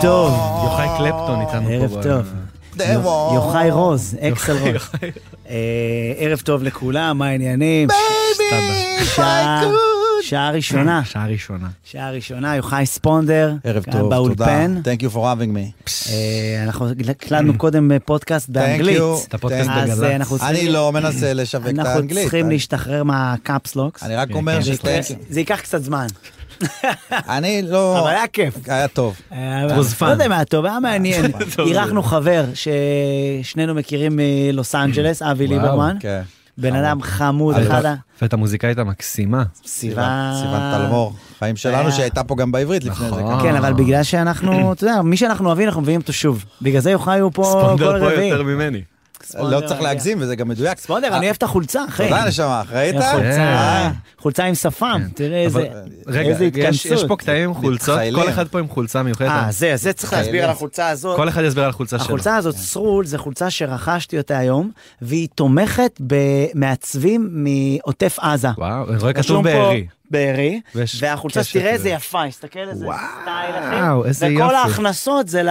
טוב. יוחאי קלפטון איתנו פה. ערב טוב. יוחאי רוז, אקסל רוז. ערב טוב לכולם, מה העניינים? שעה ראשונה. שעה ראשונה, יוחאי ספונדר. ערב טוב, תודה. Thank you for having me. אנחנו הקלטנו קודם פודקאסט באנגלית. את הפודקאסט בגל"צ. אני לא מנסה לשווק את האנגלית. אנחנו צריכים להשתחרר מהקאפסלוקס. אני רק אומר זה ייקח קצת זמן. אני לא... אבל היה כיף. היה טוב. לא יודע מה טוב, היה מעניין. אירחנו חבר ששנינו מכירים מלוס אנג'לס, אבי ליברמן. בן אדם חמוד, אחד ואת המוזיקאית המקסימה. סיוון תלמור. חיים שלנו שהייתה פה גם בעברית לפני זה. כן, אבל בגלל שאנחנו, אתה יודע, מי שאנחנו אוהבים, אנחנו מביאים אותו שוב. בגלל זה יוחאי הוא פה כל רביעי. ספונדר פה יותר ממני. לא צריך להגזים, וזה גם מדויק. ספונדר, אני אוהב את החולצה, אחי. תודה נשמה, ראית? חולצה עם שפם, תראה איזה התכנסות. יש פה קטעים עם חולצות, כל אחד פה עם חולצה מיוחדת. זה צריך להסביר על החולצה הזאת. כל אחד יסביר על החולצה שלו. החולצה הזאת, סרול, זו חולצה שרכשתי אותה היום, והיא תומכת במעצבים מעוטף עזה. וואו, אני רואה כתוב בערי. בערי, והחולצה, תראה איזה יפה, הסתכל איזה סטייל, אחי. וכל ההכנסות זה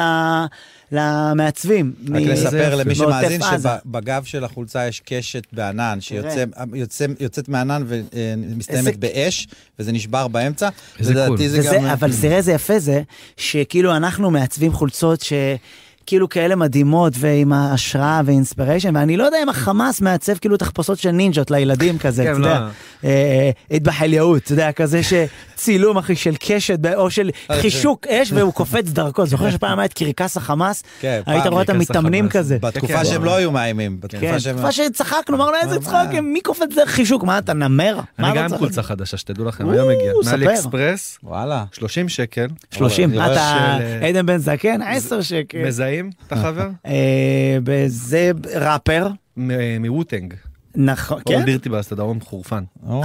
למעצבים. רק לספר למי שמאזין שבגב של החולצה יש קשת בענן, שיוצאת מענן ומסתיימת באש, וזה נשבר באמצע. אבל תראה איזה יפה זה, שכאילו אנחנו מעצבים חולצות כאילו כאלה מדהימות ועם ההשראה ואינספיריישן, ואני לא יודע אם החמאס מעצב כאילו תחפושות של נינג'ות לילדים כזה, אתה יודע, התבחליות, אתה יודע, כזה שצילום אחי של קשת, או של חישוק אש והוא קופץ דרכו, זוכר שפעם היה את קרקס החמאס, היית רואה את המתאמנים כזה. בתקופה שהם לא היו מאיימים. בתקופה שצחקנו, אמרנו איזה צחוק, מי קופץ דרך חישוק, מה אתה נמר? אני גם חולצה חדשה, שתדעו לכם, היום מגיע, מאלי אקספרס, 30 שקל. 30, אתה עדן בן זקן, 10 שקל. מזהים, אתה חבר? זה ראפר. מווטנג. נכון, כן? הוא דירתי בסדרון חורפן. הוא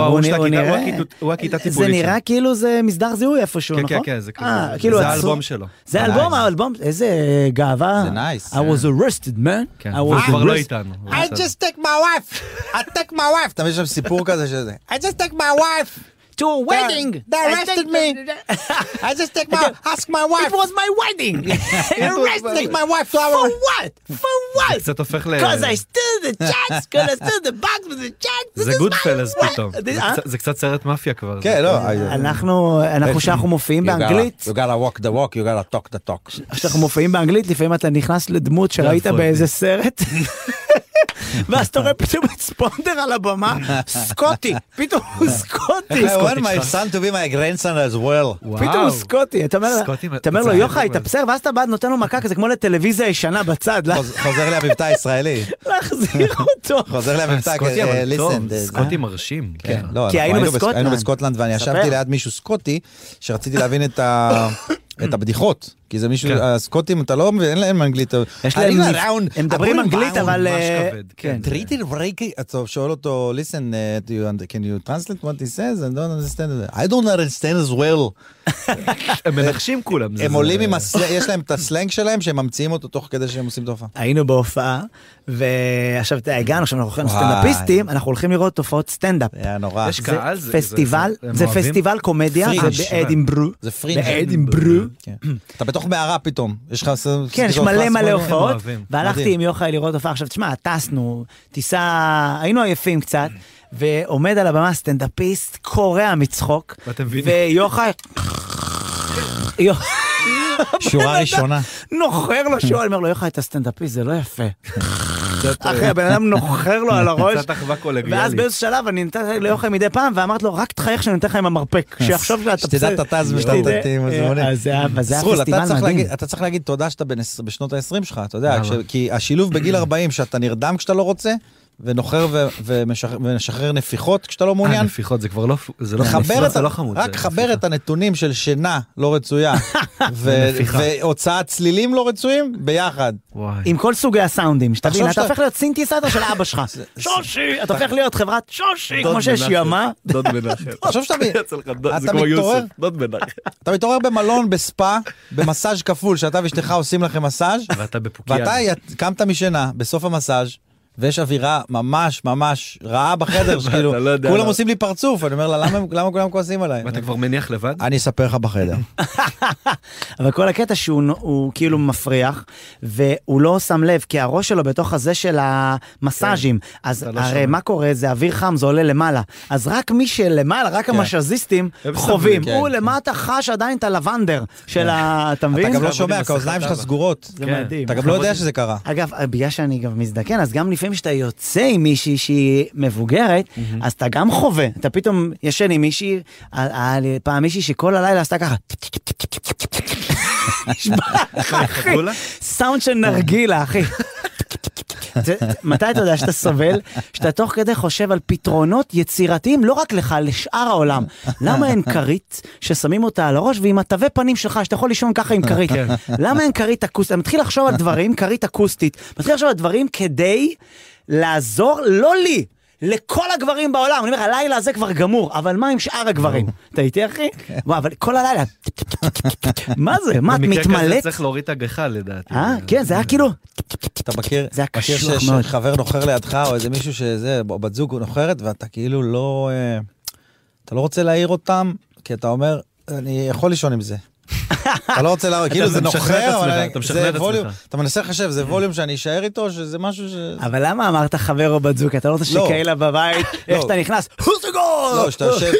הכיתה טיפולית. זה נראה כאילו זה מסדר זיהוי איפשהו, נכון? כן, כן, זה האלבום שלו. זה האלבום, איזה גאווה. זה נייס. I was arrested, man. הוא כבר לא איתנו. I just take my wife. I take my wife. תמיד שם סיפור כזה שזה. I just take my wife. To a wedding. They arrested me. I just ask my wife. It was my wedding. Take my wife to our... For what? For what? זה קצת הופך Because I steal the chats. Because I steal the box with the chats. זה גוד פלס פתאום. זה קצת סרט מאפיה כבר. כן, לא. אנחנו שאנחנו מופיעים באנגלית. You gotta walk the walk, you gotta talk the talk. כשאנחנו מופיעים באנגלית, לפעמים אתה נכנס לדמות שראית באיזה סרט. ואז אתה רואה פתאום את ספונדר על הבמה, סקוטי, פתאום הוא סקוטי. I want my son to be my grandson as well. פתאום הוא סקוטי, אתה אומר לו יוחאי, תפסר, ואז אתה בא נותן לו מכה כזה כמו לטלוויזיה ישנה בצד. חוזר לי המבטא הישראלי. להחזיר אותו. חוזר לי המבטא, סקוטי מרשים. כי היינו בסקוטלנד ואני ישבתי ליד מישהו סקוטי, שרציתי להבין את הבדיחות, כי זה מישהו, הסקוטים, אתה לא מבין, אין להם אנגלית. יש להם, הם מדברים אנגלית, אבל... Treated breaking, אתה שואל אותו, listen, can you translate what he says? I don't understand it. I don't understand as well. הם מנחשים כולם. הם עולים עם יש להם את הסלנג שלהם, שהם ממציאים אותו תוך כדי שהם עושים תופעה. היינו בהופעה, ועכשיו הגענו, עכשיו אנחנו הולכים סטנדאפיסטים, אנחנו הולכים לראות תופעות סטנדאפ. היה נורא. יש קהל, זה פסטיבל קומדיה, זה באדינברו. זה פרינג'. באדינברו. אתה בתוך מערה פתאום. כן, יש מלא הופעות, והלכתי עם יוחאי לראות הופעה. עכשיו, תשמע, טסנו, טיסה, היינו עייפים קצת, ועומד על הבמה סטנדאפיסט, קורע מצחוק, ויוחאי... שורה ראשונה. נוחר לו שואל, אומר לו, יוחאי, אתה סטנדאפיסט, זה לא יפה. אחרי, הבן אדם נוחר לו על הראש, ואז באיזה שלב אני נתן ליוחאי מדי פעם, ואמרת לו, רק תחייך שאני נותן לך עם המרפק, שיחשוב שאתה שתדע את הטז ושאתה תתאים. וזה היה פסטיבל מדהים. אתה צריך להגיד תודה שאתה בשנות ה-20 שלך, אתה יודע, כי השילוב בגיל 40, שאתה נרדם כשאתה לא רוצה, ונוחר ומשחרר נפיחות כשאתה לא מעוניין. נפיחות זה כבר לא, זה לא חמוד. רק חבר את הנתונים של שינה לא רצויה, והוצאת צלילים לא רצויים ביחד. עם כל סוגי הסאונדים, שתבין, אתה הופך להיות סינתסייזר של אבא שלך. שושי, אתה הופך להיות חברת שושי, כמו שיש ימה. דוד מנחם. עכשיו אתה מתעורר במלון, בספה, במסאז' כפול, שאתה ואשתך עושים לכם מסאז', ואתה קמת משינה בסוף המסאז', ויש אווירה ממש ממש רעה בחדר, שכאילו, כולם עושים לי פרצוף, אני אומר לה, למה כולם כועסים עליי? ואתה כבר מניח לבד? אני אספר לך בחדר. אבל כל הקטע שהוא כאילו מפריח, והוא לא שם לב, כי הראש שלו בתוך הזה של המסאז'ים, אז הרי מה קורה? זה אוויר חם, זה עולה למעלה. אז רק מי שלמעלה, רק המשזיסטים חווים. הוא למטה חש עדיין את הלבנדר של אתה מבין? אתה גם לא שומע, כי האוזניים שלך סגורות. זה מדהים. אתה גם לא יודע שזה קרה. אגב, בגלל שאני גם מזדקן, אז גם לפעמים שאתה יוצא עם מישהי שהיא מבוגרת, אז אתה גם חווה. אתה פתאום ישן עם מישהי, פעם מישהי שכל הלילה עשתה ככה. סאונד של נרגילה, אחי. מתי אתה יודע שאתה סובל? שאתה תוך כדי חושב על פתרונות יצירתיים, לא רק לך, לשאר העולם. למה אין כרית ששמים אותה על הראש, ועם התווי פנים שלך, שאתה יכול לישון ככה עם כרית? למה אין כרית אקוסטית? אני מתחיל לחשוב על דברים, כרית אקוסטית. מתחיל לחשוב על דברים כדי לעזור, לא לי, לכל הגברים בעולם. אני אומר, הלילה הזה כבר גמור, אבל מה עם שאר הגברים? אתה איתי, אחי? אבל כל הלילה, מה זה? מה, את מתמלאת? במקרה כזה צריך להוריד את הגחה, לדעתי. כן, זה היה כאילו... אתה מכיר שחבר נוחר לידך, או איזה מישהו שזה, או בת זוג נוחרת, ואתה כאילו לא... אתה לא רוצה להעיר אותם, כי אתה אומר, אני יכול לישון עם זה. אתה לא רוצה להעיר, כאילו זה נוחר, אבל זה ווליום. אתה מנסה לחשב, זה ווליום שאני אשאר איתו, שזה משהו ש... אבל למה אמרת חבר או בת זוג? אתה לא רוצה שקהילה בבית, איך אתה נכנס? לא, שאתה יושב...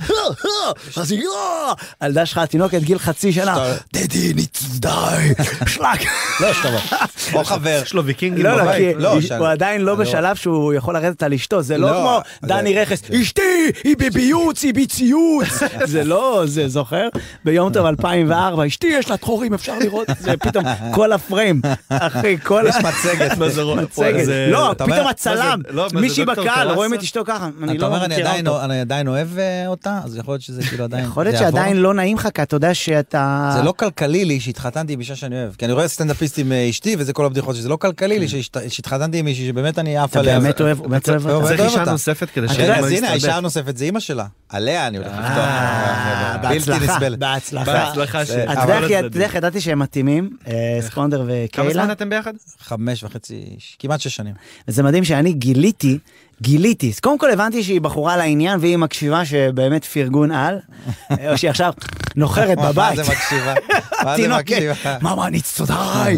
הילדה שלך, התינוקת גיל חצי שנה, דדי, די, שלק. לא, שאתה או חבר. יש לו ויקינגים בבית. הוא עדיין לא בשלב שהוא יכול לרדת על אשתו, זה לא כמו דני רכס, אשתי, היא בביוץ, היא בציוץ. זה לא, זה זוכר? ביום טוב 2004, אשתי יש לה תחורים, אפשר לראות, זה פתאום כל הפריים, אחי, כל... יש מצגת. לא, פתאום הצלם, מישהי בקהל, רואים את אשתו ככה. אתה אומר, אני עדיין אוהב אותה, אז יכול להיות שזה כאילו עדיין... יכול להיות שעדיין לא נעים לך, כי אתה יודע שאתה... זה לא כלכלי לי שהתחתנתי עם אישה שאני אוהב, כי אני רואה סטנדאפיסט עם אשתי, וזה כל הבדיחות, שזה לא כלכלי לי שהתחתנתי עם מישהי שבאמת אני אף עליה. אתה באמת אוהב אותה. צריך אישה נוספת כדי שאין מה הנה, האישה הנוספת זה אמא שלה. עליה אני הולך לפתוח. בהצלחה. אתה יודע, ידעתי שהם מתאימים, ספונדר וקיילה. כמה זמן אתם ביחד? 5.5, כמעט 6 שנים. וזה מדהים שאני גיליתי, קודם כל הבנתי שהיא בחורה לעניין, והיא מקשיבה שבאמת פרגון על, או שהיא עכשיו נוחרת בבית. מה זה מקשיבה? מה זה מקשיבה? מאמה, אני צודאי.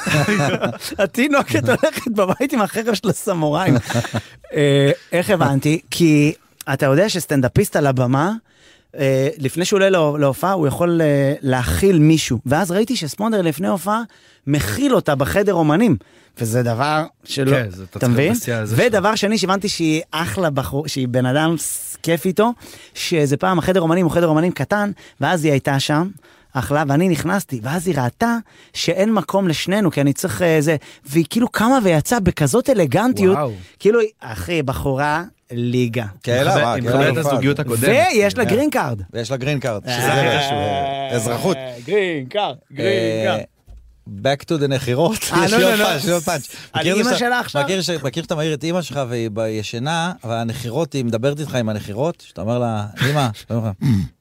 התינוקת הולכת בבית עם החרב של הסמוראים. איך הבנתי? כי אתה יודע שסטנדאפיסט על הבמה, לפני שהוא עולה להופעה, הוא יכול להכיל מישהו. ואז ראיתי שספונדר לפני הופעה, מכיל אותה בחדר אומנים. וזה דבר שלא, אתה מבין? ודבר שני שהבנתי שהיא אחלה בחור, שהיא בן אדם כיף איתו, שזה פעם החדר אומנים הוא חדר אומנים קטן, ואז היא הייתה שם, אחלה, ואני נכנסתי, ואז היא ראתה שאין מקום לשנינו, כי אני צריך זה, והיא כאילו קמה ויצאה בכזאת אלגנטיות, כאילו, אחי, בחורה ליגה. כאלה, היא מחברת את הזוגיות הקודמת. ויש לה גרין קארד. ויש לה גרין קארד, שזה חשוב. אזרחות. גרין קארד. back to the נחירות. יש לי עוד פאנץ'. על אמא שלה עכשיו? מכיר שאתה מעיר את אמא שלך והיא בישנה, אבל הנחירות, היא מדברת איתך עם הנחירות, שאתה אומר לה, אמא, שאתה אומר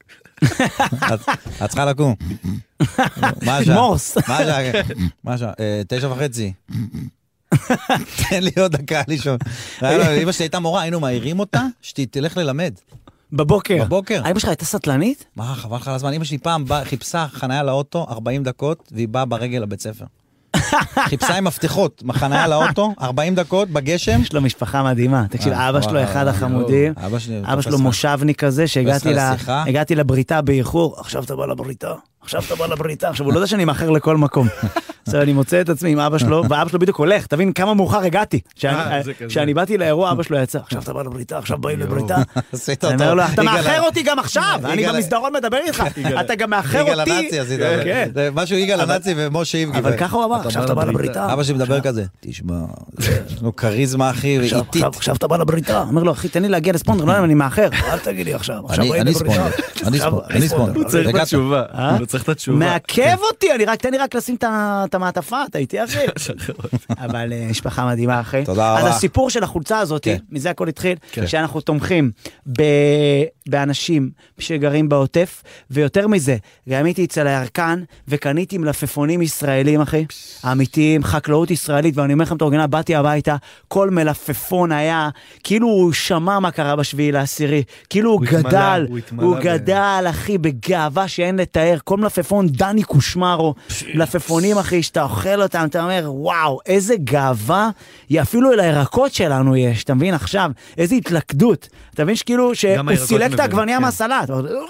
לך, את צריכה לקום. מה השעה? מורס. מה השעה? 9:30. תן לי עוד דקה לישון. אמא שלי הייתה מורה, היינו מעירים אותה, שתלך ללמד. בבוקר. בבוקר. אמא שלך הייתה סטלנית? מה, חבל לך על הזמן. אמא שלי פעם חיפשה חניה לאוטו 40 דקות, והיא באה ברגל לבית ספר. חיפשה עם מפתחות, חניה לאוטו, 40 דקות בגשם. יש לו משפחה מדהימה. תקשיב, אבא שלו אחד החמודים. אבא שלו מושבני כזה, שהגעתי לבריתה באיחור. עכשיו אתה בא לבריתה. עכשיו הוא לא יודע שאני מאחר לכל מקום. אז אני מוצא את עצמי עם אבא שלו, ואבא שלו בדיוק הולך, תבין כמה מאוחר הגעתי. כשאני באתי לאירוע, אבא שלו יצא, עכשיו אתה בא לבריתה, עכשיו באים לבריתה. אני אומר לו, אתה מאחר אותי גם עכשיו, אני במסדרון מדבר איתך, אתה גם מאחר אותי. יגאל הנאצי עשית, זה משהו יגאל הנאצי ומשה איבגי. אבל ככה הוא אמר, עכשיו אתה בא לבריתה. אבא שלי מדבר כזה, תשמע, יש לו כריזמה אחי, ואיטית. עכשיו אתה בא לבריתה. אומר לו, אחי, תן לי להגיע לספונדר, לא, אני מאחר, אל תגיד לי עכשיו. אני ספונדר. הוא צריך בתשובה. צריך את התשובה. מעכב אותי, תן לי רק לשים את המעטפה, אתה איתי אחי. אבל משפחה מדהימה אחי. תודה רבה. אז הסיפור של החולצה הזאת, מזה הכל התחיל, שאנחנו תומכים באנשים שגרים בעוטף, ויותר מזה, גם הייתי אצל הירקן, וקניתי מלפפונים ישראלים אחי, אמיתיים, חקלאות ישראלית, ואני אומר לכם את האורגינל, באתי הביתה, כל מלפפון היה, כאילו הוא שמע מה קרה בשביעי לעשירי, כאילו הוא גדל אחי בגאווה שאין לתאר, כל מלפפון דני קושמרו, מלפפונים אחי שאתה אוכל אותם, אתה אומר וואו איזה גאווה, אפילו אל הירקות שלנו יש, אתה מבין עכשיו, איזה התלכדות, אתה מבין שכאילו שהוא סילק את העגבניה מהסלט,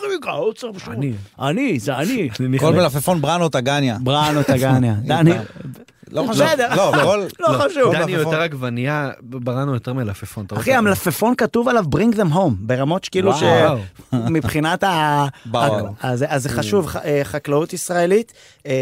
זה אני, כל מלפפון בראנו טגניה, דני, לא חשוב, לא חשוב. דני יותר עגבנייה, בראנו יותר מלפפון. אחי, המלפפון כתוב עליו bring them home, ברמות שכאילו שמבחינת אז זה חשוב, חקלאות ישראלית,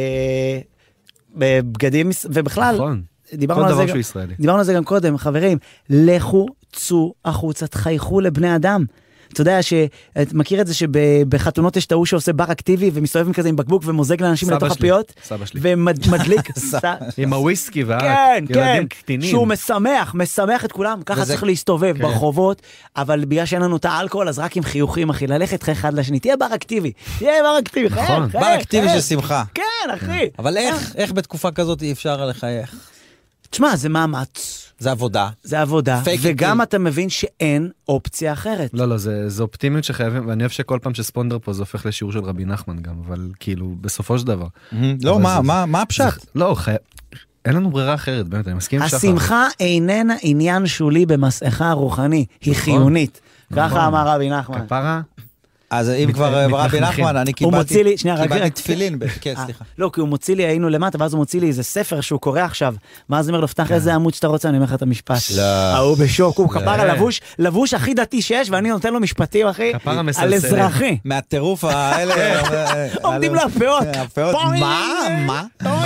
בבגדים, ובכלל, דיברנו על זה גם קודם, חברים, לכו, צאו החוצה, תחייכו לבני אדם. אתה יודע את מכיר את זה שבחתונות יש תאו שעושה בר אקטיבי ומסתובב כזה עם בקבוק ומוזג לאנשים לתוך הפיות סבא שלי ומדליק עם הוויסקי והילדים קטינים שהוא משמח את כולם, ככה צריך להסתובב ברחובות, אבל בגלל שאין לנו את האלכוהול אז רק עם חיוכים אחי, ללכת אחד לשני, תהיה בר אקטיבי, בר אקטיבי של שמחה. כן אחי, אבל איך בתקופה כזאת אי אפשר לחייך? תשמע, זה מאמץ, זה עבודה, וגם אתה מבין שאין אופציה אחרת. לא, זה אופטימיות שחייבים, ואני אוהב שכל פעם שספונדר פה זה הופך לשיעור של רבי נחמן גם, אבל כאילו, בסופו של דבר. לא, מה הפשט? לא, אין לנו ברירה אחרת, באמת, אני מסכים שחר. השמחה איננה עניין שולי במסעך הרוחני, היא חיונית. ככה אמר רבי נחמן. כפרה? אז אם כבר רבי נחמן, אני קיבלתי תפילין, כן, סליחה. לא, כי הוא מוציא לי, היינו למטה, ואז הוא מוציא לי איזה ספר שהוא קורא עכשיו, מה אז אומר לו, פתח איזה עמוד שאתה רוצה, אני אומר לך את המשפט. הוא בשוק, הוא כפרה לבוש הכי דתי שיש, ואני נותן לו משפטים, אחי, על אזרחי. מהטירוף האלה. עומדים להפאות. מה?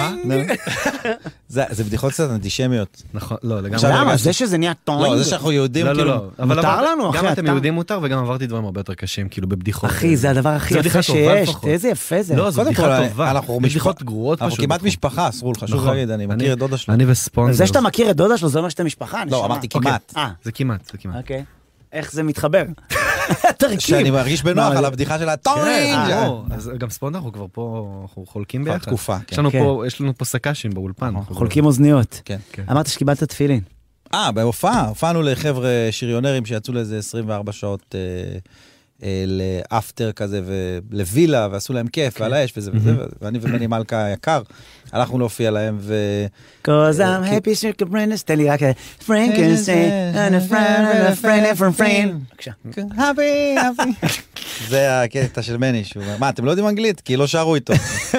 זה בדיחות קצת אנטישמיות. נכון, לא, לגמרי. למה? זה שזה נהיה טונג? לא, זה שאנחנו יהודים, כאילו, מותר לנו, אחי. גם אתם יהודים מותר, וגם עברתי דברים הרבה יותר קשים, כאילו בבדיחות. אחי, זה הדבר הכי יפה שיש, איזה יפה זה. לא, זו בדיחה טובה. אנחנו בדיחות גרועות פשוט. אנחנו כמעט משפחה, סרול, חשוב להגיד, אני מכיר את דודה שלו. אני וספונדר. זה שאתה מכיר את דודה שלו, זה אומר שאתה משפחה. לא, אמרתי כמעט. זה כמעט. אוקיי. איך זה מתחבר? שאני מרגיש בנוח על הבדיחה של הטורינג. אז גם ספונדר הוא כבר פה, אנחנו חולקים ביחד. תקופה. יש לנו פה סקאשים באולפן. חולקים אוזניות. אמרת שקיבלת תפילין. בהופעה, הופענו לחבר'ה שריונרים שיצאו לאיזה 24 שעות לאפטר כזה ולווילה, ועשו להם כיף ועל האש וזה וזה, ואני ובני מלכה יקר, הלכנו להופיע להם Cause I'm happy circle Brandis, תן לי רק Frankenstein and a friend from friend. בבקשה. happy. זה הקטע של מני, מה, אתם לא יודעים אנגלית? כי לא שרו איתו.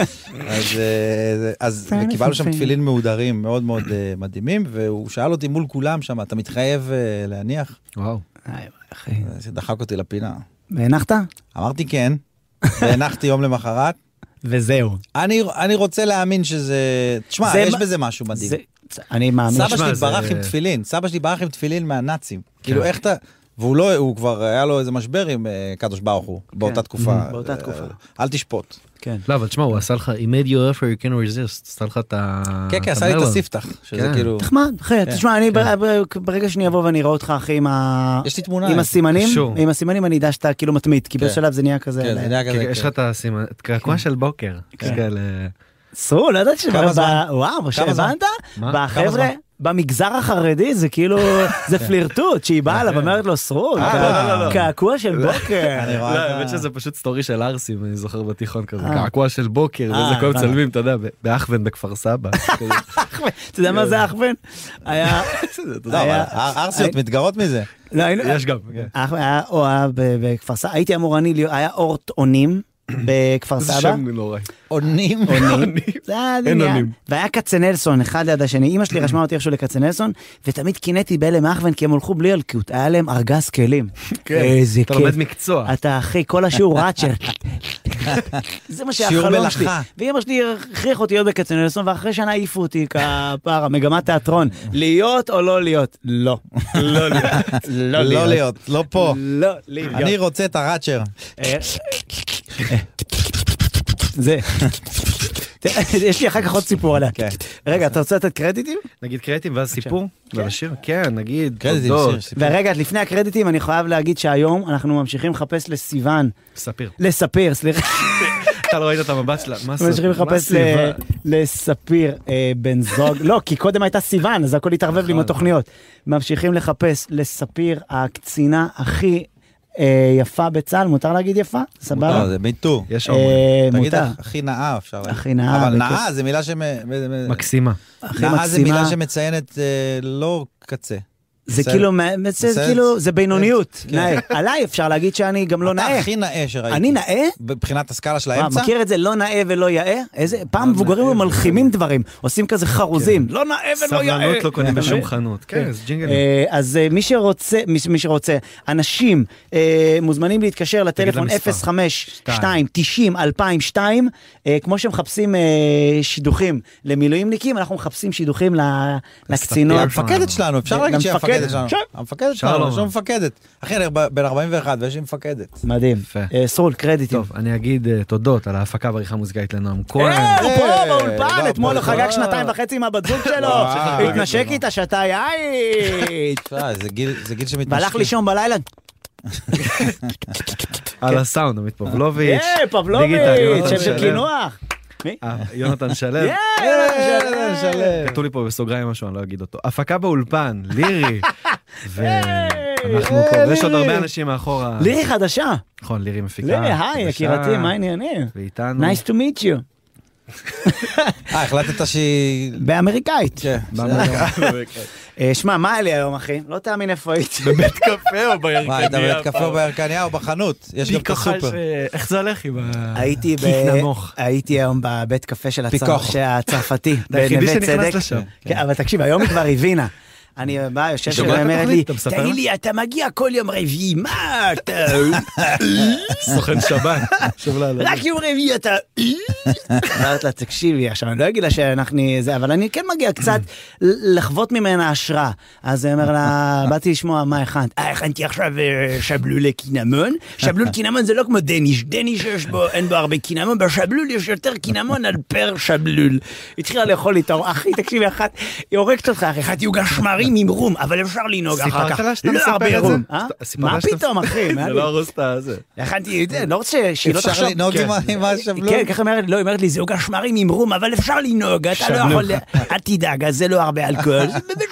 אז קיבלנו שם תפילין מהודרים מאוד מאוד מדהימים, והוא שאל אותי מול כולם שם, אתה מתחייב להניח? וואו. זה דחק אותי לפינה. והנחת? אמרתי כן, והנחתי יום למחרת. וזהו. אני רוצה להאמין שזה... תשמע, יש בזה משהו מדהים. אני מאמין. סבא שלי ברח עם תפילין מהנאצים. כאילו איך אתה... והוא כבר היה לו איזה משבר עם קדוש ברוך הוא, באותה תקופה. אל תשפוט. כן. לא, אבל תשמע, הוא עשה לך, he made you offer, you can resist, עשה לך את ה... כן, עשה לי את הספתח, שזה כאילו... תחמד, אחי, תשמע, אני ברגע שאני אבוא ואני אראה אותך, אחי, יש לי תמונה. עם הסימנים אני יודע שאתה כאילו מתמיד, כי בשלב זה נהיה כזה... כן, זה נהיה כזה. יש לך את הסימן, את קעקוע של בוקר. סרול, לא יודעת וואו, שהבנת? בחבר'ה... במגזר החרדי זה כאילו, זה פלירטוט, שהיא באה לה ואומרת לו סרול, קעקוע של בוקר. לא, האמת שזה פשוט סטורי של ארסים, אני זוכר בתיכון כזה, קעקוע של בוקר, וזה כל צלמים, אתה יודע, באחוון בכפר סבא. אתה יודע מה זה אחוון? היה... ארסיות מתגרות מזה. יש גם. היה אוהב בכפר סבא, הייתי אמור היה אורט עונים, בכפר סבא. זה שם נוראי. עונים. אין עונים. והיה קצנלסון, אחד ליד השני. אמא שלי רשמה אותי איכשהו לקצנלסון, ותמיד קינאתי באלה מאחוון, כי הם הולכו בלי אלקות. היה להם ארגז כלים. איזה כיף. אתה לומד מקצוע. אתה אחי, כל השיעור רץ של... זה מה שהחלום שלי. ואמא שלי הכריח אותי להיות בקצנלסון, ואחרי שנה העיפו אותי כפער, המגמת תיאטרון. להיות או לא להיות? לא. לא להיות. לא פה. לא להיות. אני רוצה את הראצ'ר. זה. יש לי אחר כך עוד סיפור עליה. רגע, אתה רוצה לתת קרדיטים? נגיד קרדיטים ואז סיפור? ולשיר? כן, נגיד. ורגע, לפני הקרדיטים אני חייב להגיד שהיום אנחנו ממשיכים לחפש לסיוון. לספיר, סליחה. אתה לא ראית את המבט שלה, מה ספיר? ממשיכים לחפש לספיר בן זוג. לא, כי קודם הייתה סיוון, אז הכל התערבב לי עם התוכניות. ממשיכים לחפש לספיר, הקצינה הכי יפה בצה"ל, מותר להגיד יפה? סבבה? לא, זה ביטו. יש אומרים. תגיד, הכי נאה אפשר להגיד. הכי נאה. אבל נאה זה מילה מקסימה. נאה זה מילה שמציינת לא קצה. זה כאילו, זה בינוניות. עליי אפשר להגיד שאני גם לא נאה. אתה הכי נאה שראיתי. אני נאה? בבחינת הסקאלה של האמצע? מכיר את זה, לא נאה ולא יאה? פעם מבוגרים מלחימים דברים, עושים כזה חרוזים. לא נאה ולא יאה. סבלנות לא קונים בשום חנות. כן, זה ג'ינגלים. אז מי שרוצה, אנשים מוזמנים להתקשר לטלפון 052-90-2002, כמו שמחפשים שידוכים למילואימניקים, אנחנו מחפשים שידוכים לקצינות. המפקדת שלנו, אפשר להגיד שהיא המפקדת שלנו, יש לנו מפקדת. אחי, בן 41 ויש לי מפקדת. מדהים. סרול, קרדיטים. טוב, אני אגיד תודות על ההפקה ועריכה מוזיקאית לנועם כהן. הוא פה באולפן, אתמול הוא חגג 2.5 מהבת זוג שלו. התנשק איתה שתה יין. זה גיל שמתנשקים. והלך לישון בלילה. על הסאונד, עמית פבלוביץ'. פבלוביץ', שם של קינוח. יונתן שלו. כתוב לי פה בסוגריים משהו, אני לא אגיד אותו. הפקה באולפן, לירי. ואנחנו פה, ויש עוד הרבה אנשים מאחורה. לירי חדשה. נכון, לירי מפיקה. לירי, היי, יקירתי, מה העניינים? ואיתנו. Nice to meet you. החלטת שהיא... באמריקאית. באמריקאית. שמע, מה היה לי היום, אחי? לא תאמין איפה הייתי. בבית קפה או בירקניה? מה, היית בבית קפה או בירקניה או בחנות? יש גם את הסופר. איך זה הולך עם הייתי היום בבית קפה של הצרפתי. היחידי שנכנס לשם. אבל תקשיב, היום היא כבר הבינה. אני בא, יושב שאומרת לי, תגיד לי, אתה מגיע כל יום רביעי, מה אתה? סוכן שבת. רק יום רביעי אתה... אמרת לה, תקשיבי, עכשיו אני לא אגיד לה שאנחנו זה, אבל אני כן מגיע קצת לחוות ממנה השראה. אז היא אומר לה, באתי לשמוע מה הכנת. הכנתי עכשיו שבלולי קינמון. שבלול קינמון זה לא כמו דניש. דניש אין בו הרבה קינמון, בשבלול יש יותר קינמון על פר שבלול. התחילה לאכול איתו, אחי, תקשיבי, אחת, היא הורגת אותך, אחי, אחת יוגש שמרים עם רום, אבל אפשר לנהוג אחר כך. לא הרבה רום. מה פתאום, אחי? זה לא הרוסת הזה. הכנתי, לא רוצה שהיא לא תחשוב. אפשר לנהוג עם השבלול? כן, ככה היא אומרת לי, זה יוגש שמרים עם רום, אבל אפשר לנהוג, אתה לא יכול, אל תדאג, אז זה לא הרבה אלכוהול.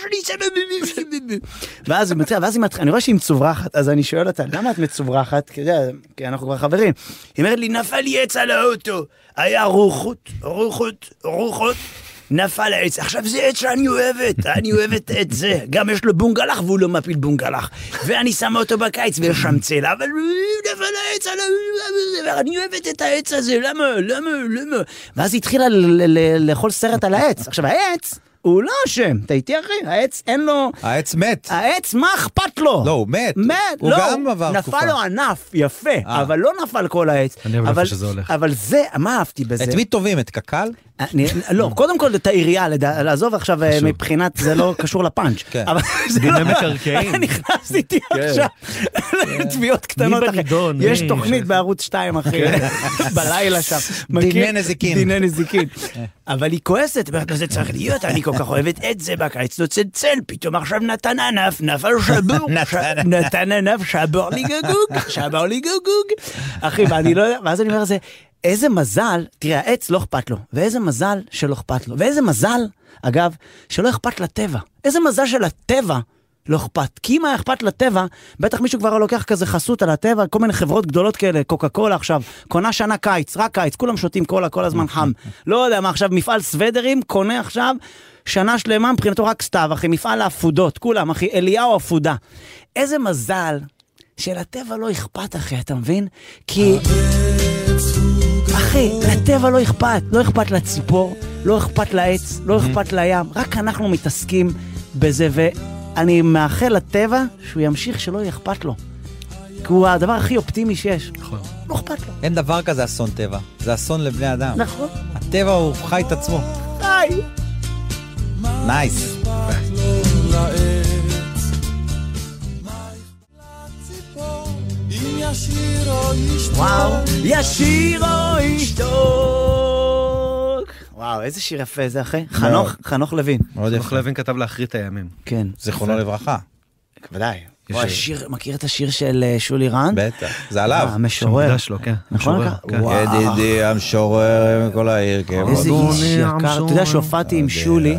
ואז אני רואה שהיא מצוברחת, אז אני שואל אותה, למה את מצוברחת? כי אנחנו כבר חברים. היא אומרת לי, נפל לי עץ על האוטו, היה רוחות, נפל העץ, עכשיו זה עץ שאני אוהבת את זה, גם יש לו בונגלח והוא לא מפיל בונגלח, ואני שמה אותו בקיץ ויש שם צלע, אבל נפל העץ, אני אוהבת את העץ הזה, למה? ואז היא התחילה לאכול סרט על העץ, עכשיו העץ, הוא לא אשם, אתה איתי אחי, העץ אין לו... העץ מת. העץ, מה אכפת לו? לא, הוא מת. הוא גם עבר תקופה. נפל לו ענף, יפה, אבל לא נפל כל העץ. אני אוהב איפה שזה הולך. אבל זה, מה אהבתי בזה? את מי טובים? את קקל? לא, קודם כל את העירייה, לעזוב עכשיו מבחינת, זה לא קשור לפאנץ'. דיני מקרקעים. נכנס איתי עכשיו לתביעות קטנות. יש תוכנית בערוץ 2 אחי, בלילה שם. דיני נזיקין. אבל היא כועסת, זה צריך להיות, אני כל כך אוהבת את זה בקיץ, לא צלצל, פתאום עכשיו נתן ענף, נפל שבור, נתן ענף, שבר לי גוגוג. אחי, ואני לא יודע, ואז אני אומר זה, איזה מזל, תראה, העץ לא אכפת לו, ואיזה מזל שלא אכפת לו, ואיזה מזל, אגב, שלא אכפת לטבע, איזה מזל של הטבע לא אכפת, כי אם היה אכפת לטבע, בטח מישהו כבר לוקח כזה חסות על הטבע, כל מיני חברות גדולות כאלה, קוקה קולה עכשיו, קונה שנה קיץ, רק קיץ, כולם שותים קולה, כל הזמן חם, לא יודע מה עכשיו, מפעל סוודרים, קונה עכשיו, שנה שלמה, מבחינתו רק סתיו, אחי, מפעל האפודות, כולם, אחי, אליהו אפודה, איזה מזל שלטבע לא אכפת, אחי, אתה מבין? כי... אחי, לטבע לא אכפת לציפור, לא אכפת לעץ, לא אכפת לים, רק אנחנו מתעסקים בזה, ואני מאחל לטבע שהוא ימשיך שלא אכפת לו, כי הוא הדבר הכי אופטימי שיש. נכון. לא אכפת לו. אין דבר כזה אסון טבע, זה אסון לבני אדם. נכון. הטבע הוא חי את עצמו. חי. נייס. וואו, ישיר או ישתוק. וואו, איזה שיר יפה זה, אחי. חנוך לוין. חנוך לוין כתב להחריא את הימים. כן. זיכרונו לברכה. ודאי. מכיר את השיר של שולי רנד? בטח, זה עליו. המשורר. נכון? ידידי המשורר מכל העיר. איזה איש יקר. אתה יודע שהופעתי עם שולי.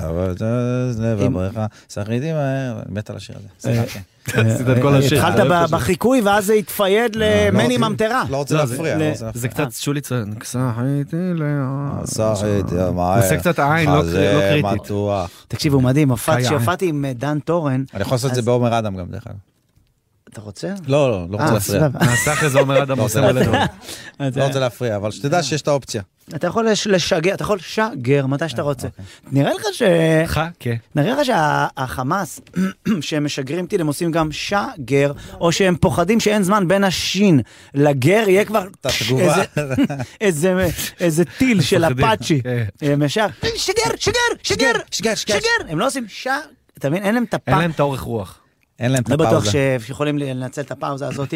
שחיתי מהר, מת על השיר הזה. התחלת בחיקוי ואז זה התפייד למני ממטרה. לא רוצה להפריע. זה קצת שולי שחיתי שחיתי הוא עושה קצת עין, לא קריטית. תקשיבו, מדהים, שהופעתי עם דן טורן. אני יכול לעשות את זה בעומר אדם גם, דרך אגב. אתה רוצה? לא רוצה להפריע. נעשה אחרי זה עומר אדם עושה מלא דברים. לא רוצה להפריע, אבל שתדע שיש את האופציה. אתה יכול לשגר, אתה יכול לשגר מתי שאתה רוצה. נראה לך שהחמאס שהם משגרים אותי, הם עושים גם שגר, או שהם פוחדים שאין זמן בין השין לגר, יהיה כבר איזה טיל של אפאצ'י. שגר. הם לא עושים אתה מבין? אין להם את הפעם. אין להם את האורך רוח. אין להם את הפאוזה. לא בטוח שיכולים לנצל את הפאוזה הזאת.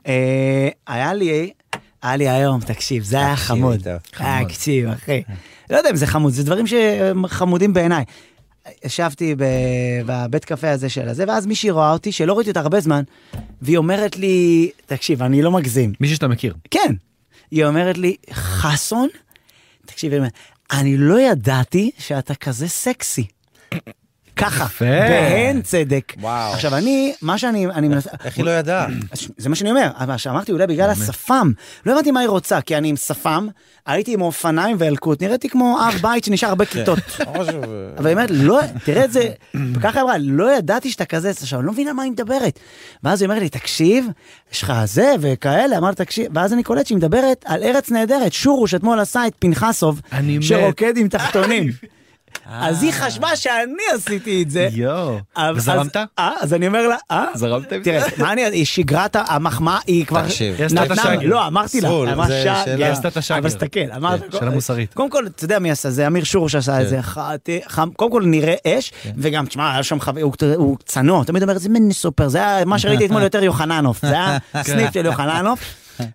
היה לי היום, תקשיב, זה היה חמוד. תקשיב, אחי. לא יודע אם זה חמוד, זה דברים שחמודים בעיניי. ישבתי בבית קפה הזה של הזה, ואז מישהי רואה אותי, שלא ראיתי אותה הרבה זמן, והיא אומרת לי, תקשיב, אני לא מגזים. מישהי שאתה מכיר. כן. היא אומרת לי, חסון, תקשיב, אני לא ידעתי שאתה כזה סקסי. ככה, בהן צדק. וואו. עכשיו מה שאני מנסה... איך היא לא ידעה? זה מה שאני אומר, אבל שאמרתי אולי בגלל השפם, לא הבנתי מה היא רוצה, כי אני עם שפם, הייתי עם אופניים ואלקוט, נראיתי כמו אב בית שנשאר הרבה כיתות. אבל היא אומרת, לא, תראה את זה, וככה אמרה, לא ידעתי שאתה כזה, עכשיו, אני לא מבינה מה היא מדברת. ואז היא אומרת לי, תקשיב, יש לך זה וכאלה, אמרת, תקשיב, ואז אני קולט שהיא מדברת על ארץ נהדרת, שורוש אתמול עשה את פנחסוב, שרוקד עם תחתונים. אז היא חשבה שאני עשיתי את זה. וזרמת? אז אני אומר לה, זרמת? תראה, מה היא שיגרה את המחמאה, היא כבר נתנה, לא, אמרתי לה, היא עשתה את השגר. אבל סתכל, של המוסרית. קודם כל, אתה יודע מי עשה, זה אמיר שורוש עשה את זה, קודם כל נראה אש, וגם, תשמע, היה שם חבר, הוא צנוע, תמיד אומר, זה מני סופר, זה היה מה שראיתי אתמול יותר יוחננוף, זה היה סניף של יוחננוף,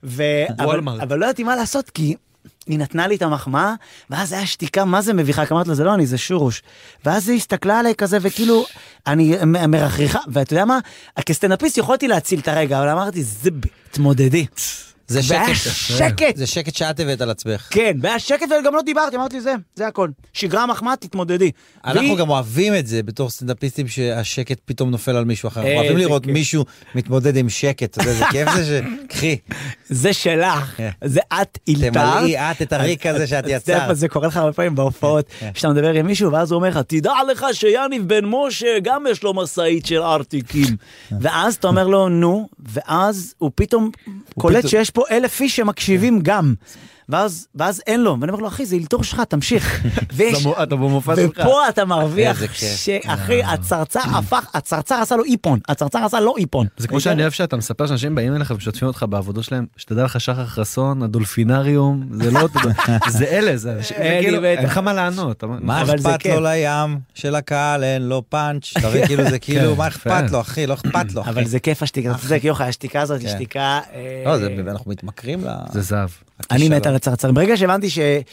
אבל לא ידעתי מה לעשות, כי היא נתנה לי את המחמאה, ואז היה שתיקה, מה זה מביכה? אמרת לה, זה לא אני, זה שורוש. ואז היא הסתכלה עליי כזה, וכאילו, אני מרחריכה, ואתה יודע מה? כסטנדאפיסט יכולתי להציל את הרגע, אבל אמרתי, זה תמודדי. זה שקט. זה שקט שאת הבאת על עצמך. כן, והיה שקט וגם לא דיברתי, אמרתי לי זה הכל. שגרה מחמאה, תתמודדי. אנחנו גם אוהבים את זה בתור סטנדאפיסטים שהשקט פתאום נופל על מישהו אחר. אנחנו אוהבים לראות מישהו מתמודד עם שקט, זה כיף זה קחי. זה שלך, זה את אילתר. תמלאי את את הריק הזה שאת יצרת. זה קורה לך הרבה פעמים בהופעות, שאתה מדבר עם מישהו ואז הוא אומר לך, תדע לך שיניב בן משה גם יש לו מסעית של ארטיקים. ואז אתה אומר לו נו, ואז הוא פתאום קולט שיש פה 1,000 איש שמקשיבים גם. ואז אין לו, ואני אומר לו, אחי, זה אילתור שלך, תמשיך. אתה במופע שלך. ופה אתה מרוויח, אחי, הצרצר עשה לו איפון, הצרצר עשה לו איפון. זה כמו שאני אוהב שאתה מספר שאנשים באים אליך ומשתפים אותך בעבודות שלהם, שתדע לך שחר חסון, הדולפינריום, זה לא, זה אלה, זה כאילו, אין לך מה לענות. מה אכפת לו לים של הקהל, אין לו פאנץ', תבין, כאילו זה כאילו, מה אכפת לו, אחי, לא אכפת לו. אבל זה כיף השתיקה, זה כאילו, השתיקה הזאת, השתיקה... לא, אנחנו מתמכרים לה... זה זהב. אני מת על הצרצרים. ברגע שהבנתי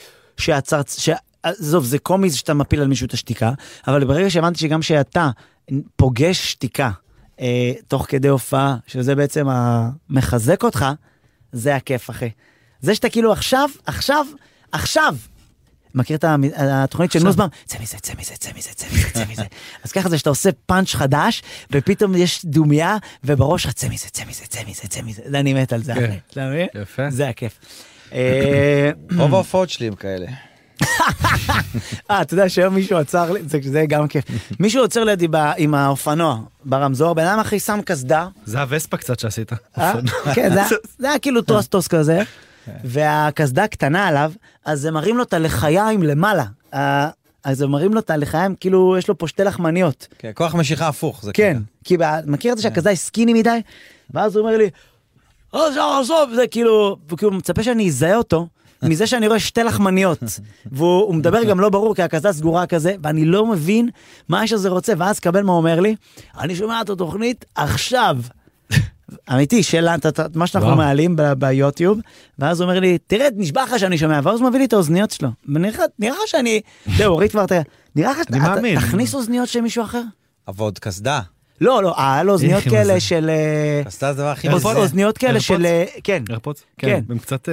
עזוב, זה קומיז שאתה מפיל על מישהו את השתיקה, אבל ברגע שהבנתי שגם שאתה פוגש שתיקה תוך כדי הופעה, שזה בעצם מחזק אותך, זה הכיף, אחי. זה שאתה כאילו עכשיו, מכיר את התוכנית של נוסבאום? צא מזה. אז ככה זה שאתה עושה פאנץ' חדש, ופתאום יש דומיה, ובראש צא מזה. זה אני מת על זה, אחי. אתה מבין? יפה. זה הכיף. רוב ההופעות שלי הם כאלה. אתה יודע שהיום מישהו עצר לי, זה גם כיף. מישהו עוצר לידי עם האופנוע ברמזור, בן אדם אחי שם קסדה. זה הווספה קצת שעשית. כן, זה היה כאילו טוסטוס כזה, והקסדה קטנה עליו, אז הם מראים לו את הלחיים למעלה. אז הם מראים לו את הלחיים, כאילו יש לו פה שתי לחמניות. כן, כוח משיכה הפוך. כן, כי מכיר את זה שהקסדה היא סקיני מדי, ואז הוא אומר לי, עזוב, זה כאילו, הוא מצפה שאני אזהה אותו, מזה שאני רואה שתי לחמניות, והוא מדבר גם לא ברור, כי הקסדה סגורה כזה, ואני לא מבין מה יש הזה רוצה, ואז קבל מה אומר לי, אני שומע את התוכנית עכשיו, אמיתי, מה שאנחנו מעלים ביוטיוב, ואז הוא אומר לי, תראה, נשבע לך שאני שומע, ואז הוא מביא לי את האוזניות שלו, ונראה לך שאני, זהו, הוריד כבר, נראה לך תכניס אוזניות של מישהו אחר? עבוד קסדה. לא, היה לו אוזניות כאלה של... קסדה זה דבר הכי מזה. אוזניות כאלה של... כן. ארפוץ? כן. הם קצת...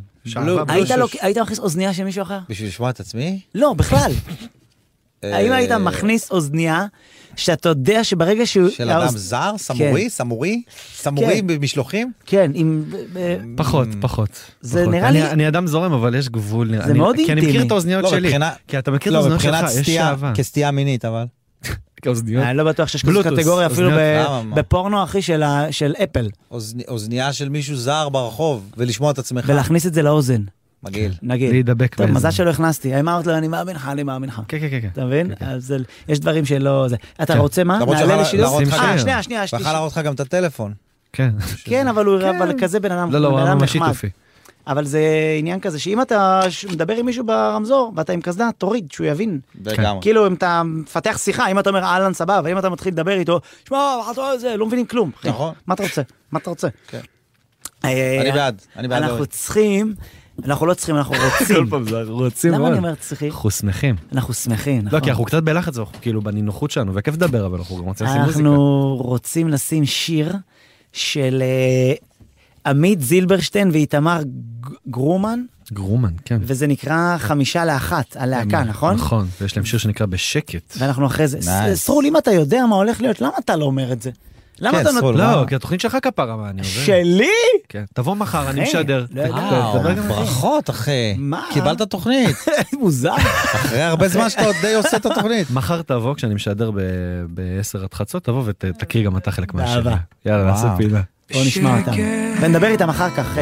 היית מכניס אוזניה של מישהו אחר? בשביל לשמוע את עצמי? לא, בכלל. האם היית מכניס אוזניה שאתה יודע שברגע שהוא... של אדם זר? סמורי במשלוחים? כן, פחות. זה נראה לי... אני אדם זורם, אבל יש גבול. זה מאוד אינטימי. כי אני מכיר את האוזניות שלי. כי אתה מכיר את האוזניות שלך, יש שעבה. כסטייה מינית, אבל... אני לא בטוח שיש כזו קטגוריה אפילו בפורנו אחי של אפל. אוזניה של מישהו זר ברחוב, ולשמוע את עצמך. ולהכניס את זה לאוזן. מגעיל. נגיד. להידבק טוב, מזל שלא הכנסתי. אמרת לו, אני מאמין לך. כן. אתה מבין? אז יש דברים שלא... אתה רוצה מה? נעלה לשידור? שנייה. בכלל להראות לך גם את הטלפון. כן, אבל הוא כזה בן אדם. לא, ממש שיתופי. אבל זה עניין כזה, שאם אתה מדבר עם מישהו ברמזור, ואתה עם קסדה, תוריד, שהוא יבין. כאילו, אם אתה מפתח שיחה, אם אתה אומר, אהלן סבבה, ואם אתה מתחיל לדבר איתו, שמע, לא מבינים כלום. נכון. מה אתה רוצה? אני בעד. אנחנו לא צריכים, אנחנו רוצים. כל פעם זה רוצים. למה אני אומר צריכים? אנחנו שמחים. אנחנו שמחים, נכון. לא, כי אנחנו קצת בלחץ, כאילו, בנינוחות שלנו, וכיף לדבר, אבל אנחנו גם רוצים לשים מוזיקה. אנחנו רוצים לשים שיר של... עמית זילברשטיין ואיתמר גרומן. כן. וזה נקרא 5:1, הלהקה, נכון? נכון, ויש להם שיר שנקרא בשקט. ואנחנו אחרי זה. סרול, אם אתה יודע מה הולך להיות, למה אתה לא אומר את זה? למה אתה נותן? לא, כי התוכנית שלך כפרה, מה אני עובד? שלי? כן. תבוא מחר, אני משדר. ברכות, אחי. קיבלת תוכנית. מוזר. אחרי הרבה זמן שאתה עוד די עושה את התוכנית. מחר תבוא, כשאני משדר ב-10 עד חצות, תבוא ותכיר גם אתה חלק מהשיר. יאללה, נעשה פינה. בוא נשמע אותם. ונדבר איתם אחר כך.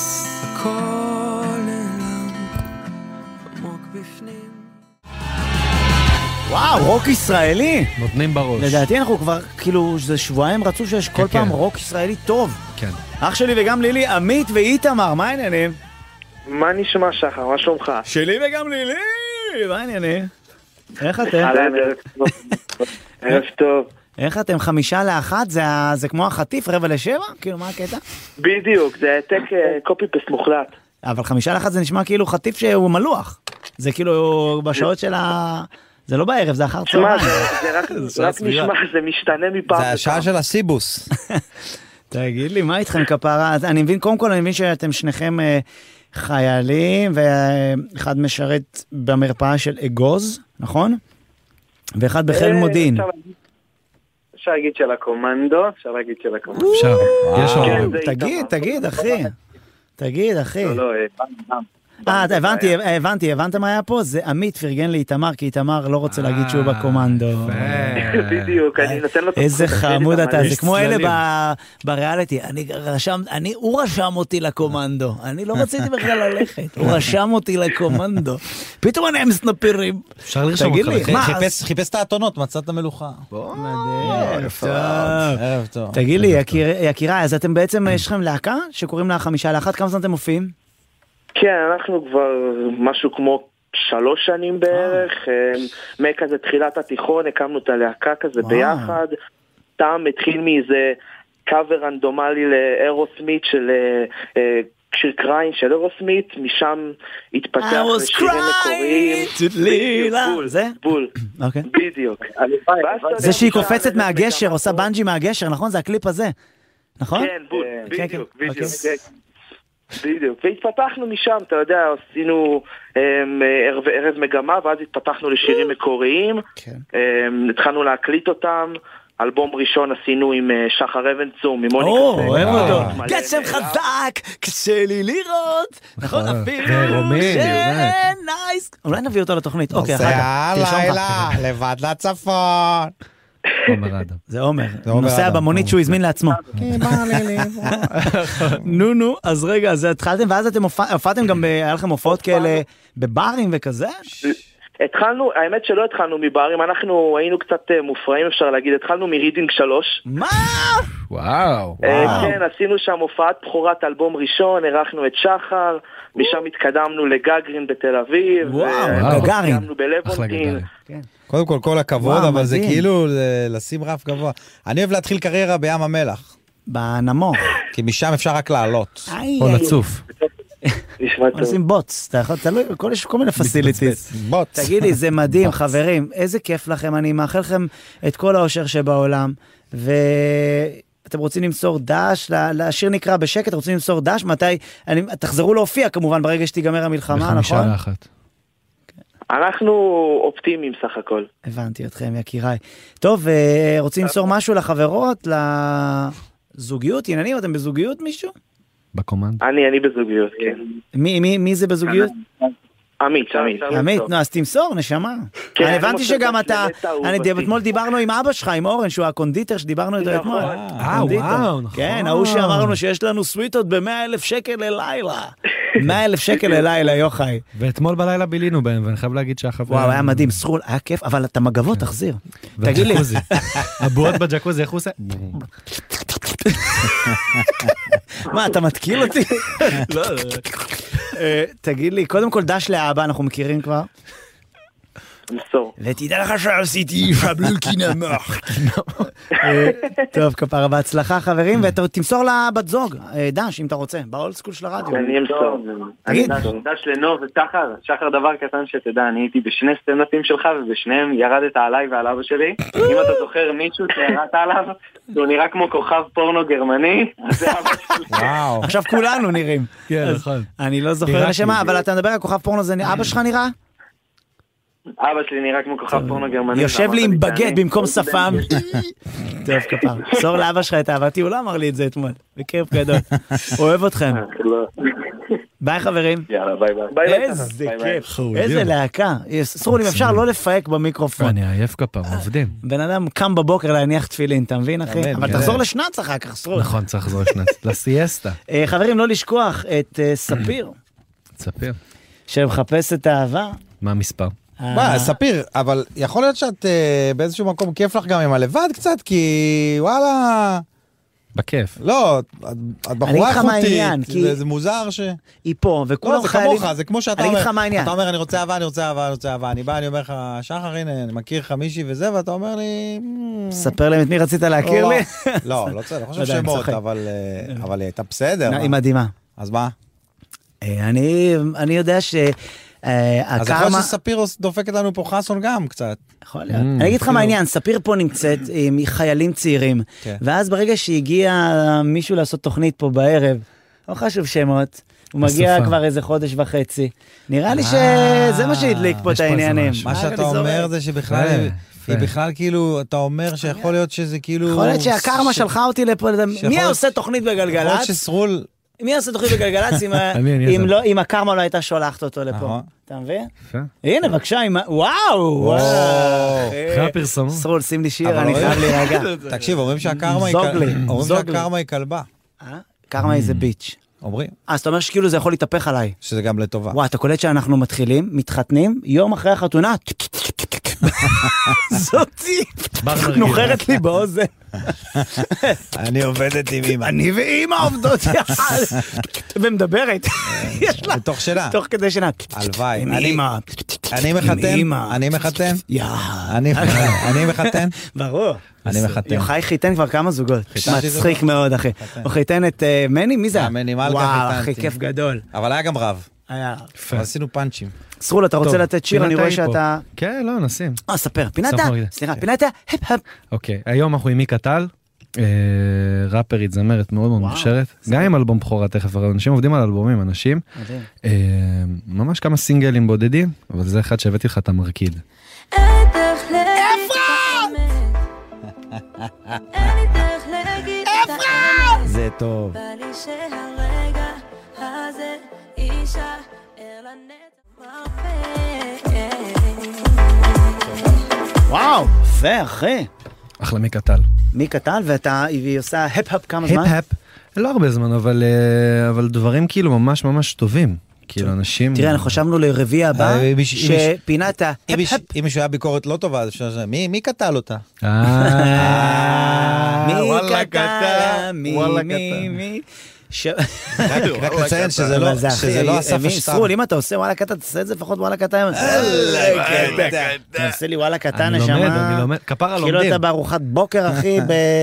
וואו, רוק ישראלי. נותנים בראש. לדעתי אנחנו כבר, כאילו, זה שבועיים רצו שיש כל פעם רוק ישראלי טוב. כן. אח שלי וגם לילי, עמית ואיתמר, מה העניינים? מה נשמע שחר, מה שלומך? שלי וגם לילי, מה העניינים? איך אתם? ערב טוב. איך אתם 5:1? זה כמו החטיף, 6:45? כאילו, מה הקטע? בדיוק, זה העתק קופי-פסט מוחלט. אבל 5:1 זה נשמע כאילו חטיף שהוא מלוח. זה כאילו בשעות של ה... זה לא בערב, זה אחר צהריים. זה רק נשמע, זה משתנה מפעם. זה השעה של הסיבוס. תגיד לי, מה איתכם כפרה? אני מבין, קודם כל אני מבין שאתם שניכם חיילים, ואחד משרת במרפאה של אגוז, נכון? ואחד בחיל מודיעין. אפשר להגיד של הקומנדו, אפשר, יש עוד. תגיד, אחי. הבנתם מה היה פה? זה עמית פרגן לאיתמר, כי איתמר לא רוצה להגיד שהוא בקומנדו. בדיוק, אני נותן לו... איזה חמוד אתה, זה כמו אלה בריאליטי, הוא רשם אותי לקומנדו, אני לא רציתי בכלל ללכת, הוא רשם אותי לקומנדו, פתאום אני עם סנפירים. אפשר לרשום אותך. חיפש את האתונות, מצאת המלוכה. ערב טוב. תגיד לי, יקירה, אז אתם בעצם, יש לכם להקה שקוראים לה 5:1, כמה זמן אתם מופיעים? כן, אנחנו כבר משהו כמו 3 שנים בערך, מכזה תחילת התיכון, הקמנו את הלהקה כזה ביחד, טעם התחיל מאיזה קאבר רנדומלי לאירוסמית של שיר קריין של אירוסמית, משם התפתח לשירים מקוריים. זה? בול, בדיוק. זה שהיא קופצת מהגשר, עושה בנג'י מהגשר, נכון? זה הקליפ הזה, נכון? כן, בול, בדיוק. בדיוק, והתפתחנו משם, אתה יודע, עשינו ערב מגמה, ואז התפתחנו לשירים מקוריים, התחלנו להקליט אותם, אלבום ראשון עשינו עם שחר אבנצור, ממוניקה. אוהב אותו. גשם חזק, קשה לי לראות, נכון, אפילו נייס. אולי נביא אותו לתוכנית, אוקיי, אחר כך. נוסע לילה, לבד לצפון. עומר אדם. זה עומר. נוסע במונית שהוא הזמין לעצמו. נו, אז רגע, אז התחלתם, ואז אתם הופעתם גם, היה לכם הופעות כאלה בברים וכזה? התחלנו, האמת שלא התחלנו מברים, אנחנו היינו קצת מופרעים, אפשר להגיד, התחלנו מרידינג 3. מה? וואו. כן, עשינו שם הופעת בחירת אלבום ראשון, ערכנו את שחר, משם התקדמנו לגגרין בתל אביב. וואו, גגרין. התקדמנו בלוונטין. קודם כל הכבוד, אבל זה כאילו לשים רף גבוה. אני אוהב להתחיל קריירה בים המלח. בנמוך. כי משם אפשר רק לעלות. או לצוף. עושים בוטס, אתה יכול, תלוי, כל מיני פסיליטיז. תגיד לי, זה מדהים, חברים, איזה כיף לכם, אני מאחל לכם את כל האושר שבעולם, ואתם רוצים למסור דש, לשיר נקרא בשקט, רוצים למסור דש, מתי, תחזרו להופיע כמובן, ברגע שתיגמר המלחמה, נכון? ב5:1. אנחנו אופטימיים סך הכל. הבנתי אתכם, יקיריי. טוב, רוצים למסור משהו לחברות, לזוגיות, עניינים, אתם בזוגיות מישהו? בקומנד? אני בזוגיות, כן. מי זה בזוגיות? עמית. נו, אז תמסור, נשמה. אני הבנתי שגם אתה, אתמול דיברנו עם אבא שלך, עם אורן, שהוא הקונדיטר שדיברנו איתו אתמול. וואו, נכון. כן, ההוא שאמרנו שיש לנו סוויטות ב100,000 שקל ללילה. 100,000 שקל ללילה, יוחאי. ואתמול בלילה בילינו בהם, ואני חייב להגיד שהחבר... וואו, היה מדהים, סרול, היה כיף, אבל את המגבות תחזיר. תגיד לי. הבועות בג'קוזי, איך הוא עושה? מה, אתה מתקיל אותי? לא. תגיד לי, קודם כל דש לאבא, אנחנו מכירים כבר. מסור. ותדע לך שעשיתי שבלוקי נמוך. טוב, כפרה, בהצלחה חברים, ותמסור לבת זוג, דש אם אתה רוצה, באולד סקול של הרדיו. אני אמסור. תגיד. דש לנוב ושחר דבר קטן שתדע, אני הייתי בשני סטנדאפים שלך, ובשניהם ירדת עליי ועל אבא שלי. אם אתה זוכר מישהו שירדת עליו, הוא נראה כמו כוכב פורנו גרמני, אז זה אבא שלי. וואו. עכשיו כולנו נראים. כן, נכון. אני לא זוכר לשמה, אבל אתה מדבר על כוכב פורנו, זה אבא שלך נראה? אבא שלי נראה כמו כוכב פורנו גרמני. יושב לי עם בגט במקום שפם. טוב, כפר. סור לאבא שלך את אהבתי, הוא לא אמר לי את זה אתמול. בכיף גדול. אוהב אתכם. ביי חברים. יאללה, ביי ביי. איזה כיף. איזה להקה. סור לי, אפשר לא לפהק במיקרופון. אני עייף כפר, עובדים. בן אדם קם בבוקר להניח תפילין, אתה מבין אחי? אבל תחזור לשנץ אחר כך, סור. נכון, צריך לחזור לשנץ. לסיאסטה. חברים, לא לשכוח את ספיר. ספיר. שמחפש את האהבה. מה המספר? מה, ספיר, אבל יכול להיות שאת באיזשהו מקום כיף לך גם עם הלבד קצת, כי וואלה... בכיף. לא, את בחורה איכותית, זה מוזר ש... היא פה, וכולם חיילים... לא, זה כמוך, זה כמו שאתה אומר, אתה אומר, אני רוצה אהבה, אני רוצה אהבה, אני רוצה אהבה, אני בא, אני אומר לך, שחר, הנה, אני מכיר לך מישהי וזה, ואתה אומר לי... ספר להם את מי רצית להכיר לי? לא, לא צריך, אני חושב שמות, אבל היא הייתה בסדר. היא מדהימה. אז מה? אני יודע ש... אז יכול להיות שספיר דופקת לנו פה חסון גם קצת. יכול להיות. אני אגיד לך מה העניין, ספיר פה נמצאת עם חיילים צעירים, ואז ברגע שהגיע מישהו לעשות תוכנית פה בערב, לא חשוב שמות, הוא מגיע כבר איזה חודש וחצי, נראה לי שזה מה שהדליק פה את העניינים. מה שאתה אומר זה שבכלל, היא בכלל כאילו, אתה אומר שיכול להיות שזה כאילו... יכול להיות שהקרמה שלחה אותי לפה, מי עושה תוכנית בגלגלצ? יכול להיות שסרול... מי עושה תוכנית בגלגלצ אם הקרמה לא הייתה שולחת אותו לפה? אתה מבין? הנה, בבקשה, וואו! אחרי הפרסום. סרול, שים לי שיר, אני חייב להירגע. תקשיב, אומרים שהקרמה היא כלבה. קרמה היא זה ביץ'. אומרים. אז אתה אומר שכאילו זה יכול להתהפך עליי. שזה גם לטובה. וואי, אתה קולט שאנחנו מתחילים, מתחתנים, יום אחרי החתונה, זאתי, נוחרת לי באוזן. אני עובדת עם אמא. אני ואמא עובדות יחד. ומדברת. בתוך שינה. תוך כדי שינה. הלוואי. אני מחתן. אני מחתן. ברור. אני מחתן. יוחאי חיתן כבר כמה זוגות. מצחיק מאוד, אחי. הוא חיתן את מני? מי זה? מני מלכה וואו, חיתנתי. אחי, כיף גדול. אבל היה גם רב. היה. עשינו פאנצ'ים. סרול, אתה רוצה לתת שיר? אני רואה שאתה... כן, לא, נשים. ספר. פינתה. סליחה, פינתה. אוקיי, היום אנחנו עם מיקה טל. ראפרית, זמרת מאוד מאוד מוכשרת. גם עם אלבום בכורה תכף, אנשים עובדים על אלבומים, אנשים. ממש כמה סינגלים בודדים, אבל זה אחד שהבאתי לך את המרקיד. זה טוב. וואו, יפה אחי. אחלה מיקה טל. מיקה טל, והיא עושה הפ-הפ כמה זמן? הפ-הפ, לא הרבה זמן, אבל דברים כאילו ממש ממש טובים. כאילו אנשים... תראה, אנחנו חשבנו לרביעי הבא, שפינת ההפ-הפ... אם מישהו היה ביקורת לא טובה, מי קטל אותה? מי קטל? מי? רק לציין שזה לא אסף השטר. סרול, אם אתה עושה וואלה קטן, תעשה את זה לפחות וואלה קטן. תעשה לי וואלה קטן, נשמה. אני לומד, כפר הלומדים. כאילו אתה בארוחת בוקר, אחי,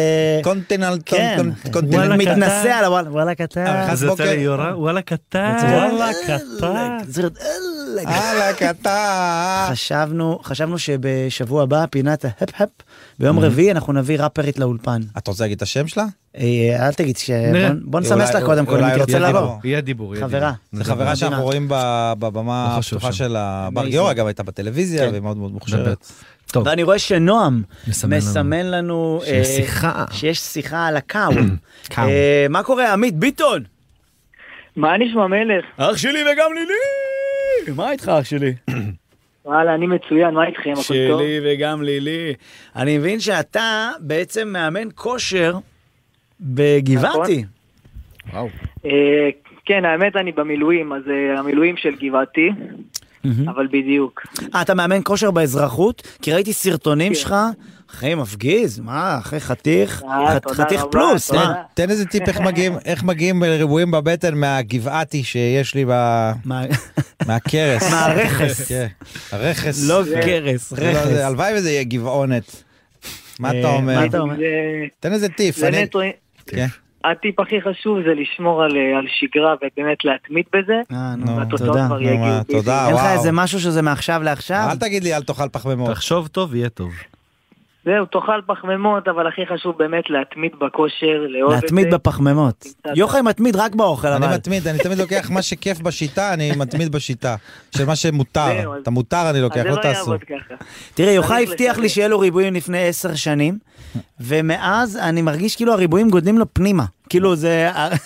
קונטיננט. מתנסה על וואלה קטן. זה יוצא לי יורה, וואלה קטן. וואלה קטן. וואלה קטן. חשבנו שבשבוע הבא, פינת ההפ-הפ, ביום רביעי אנחנו נביא ראפרית לאולפן. אתה רוצה להגיד את השם שלה? אל תגיד, בוא נסמס לה קודם כל, אם תרצה לבוא. יהיה דיבור. חברה. זה חברה שאנחנו רואים בבמה הפתוחה של הבר גיורא, גם הייתה בטלוויזיה, ומאוד מאוד מוכשרת. ואני רואה שנועם מסמן לנו שיש שיחה על הקאו. מה קורה, עמית ביטון? מה נשמע מלך? אח שלי וגם לילי. מה איתך אח שלי? וואלה, אני מצוין, מה איתכם? הכל טוב? שלי וגם לילי. אני מבין שאתה בעצם מאמן כושר בגבעתי. וואו. כן, האמת אני במילואים, אז המילואים של גבעתי, אבל בדיוק. אתה מאמן כושר באזרחות? כי ראיתי סרטונים שלך, אחי מפגיז, מה, אחי חתיך פלוס, מה? תן איזה טיפ איך מגיעים לריבועים בבטן מהגבעתי שיש לי מהקרס. מהרכס. הרכס. לא קרס, רכס. הלוואי וזה יהיה גבעונת. מה אתה אומר? תן איזה טיפ. הטיפ הכי חשוב זה לשמור על שגרה ובאמת להתמיד בזה. תודה. תודה, אין לך וואו. איזה משהו שזה מעכשיו לעכשיו? אל תגיד לי, אל תאכל פחמימות. תחשוב טוב, יהיה טוב. זהו, תאכל פחמימות, אבל הכי חשוב באמת להתמיד בכושר, לאהוב את זה. להתמיד בפחמימות. יוחאי מתמיד רק באוכל, אבל. אני מתמיד, אני תמיד לוקח מה שכיף בשיטה, אני מתמיד בשיטה. של מה שמותר. את המותר אני לוקח, לא תעשו. תראה, יוחאי הבטיח לי שיהיה לו ריבועים לפני 10 שנים, ומאז אני מרגיש כאילו הריבועים גודלים לו פנימה. כאילו זה...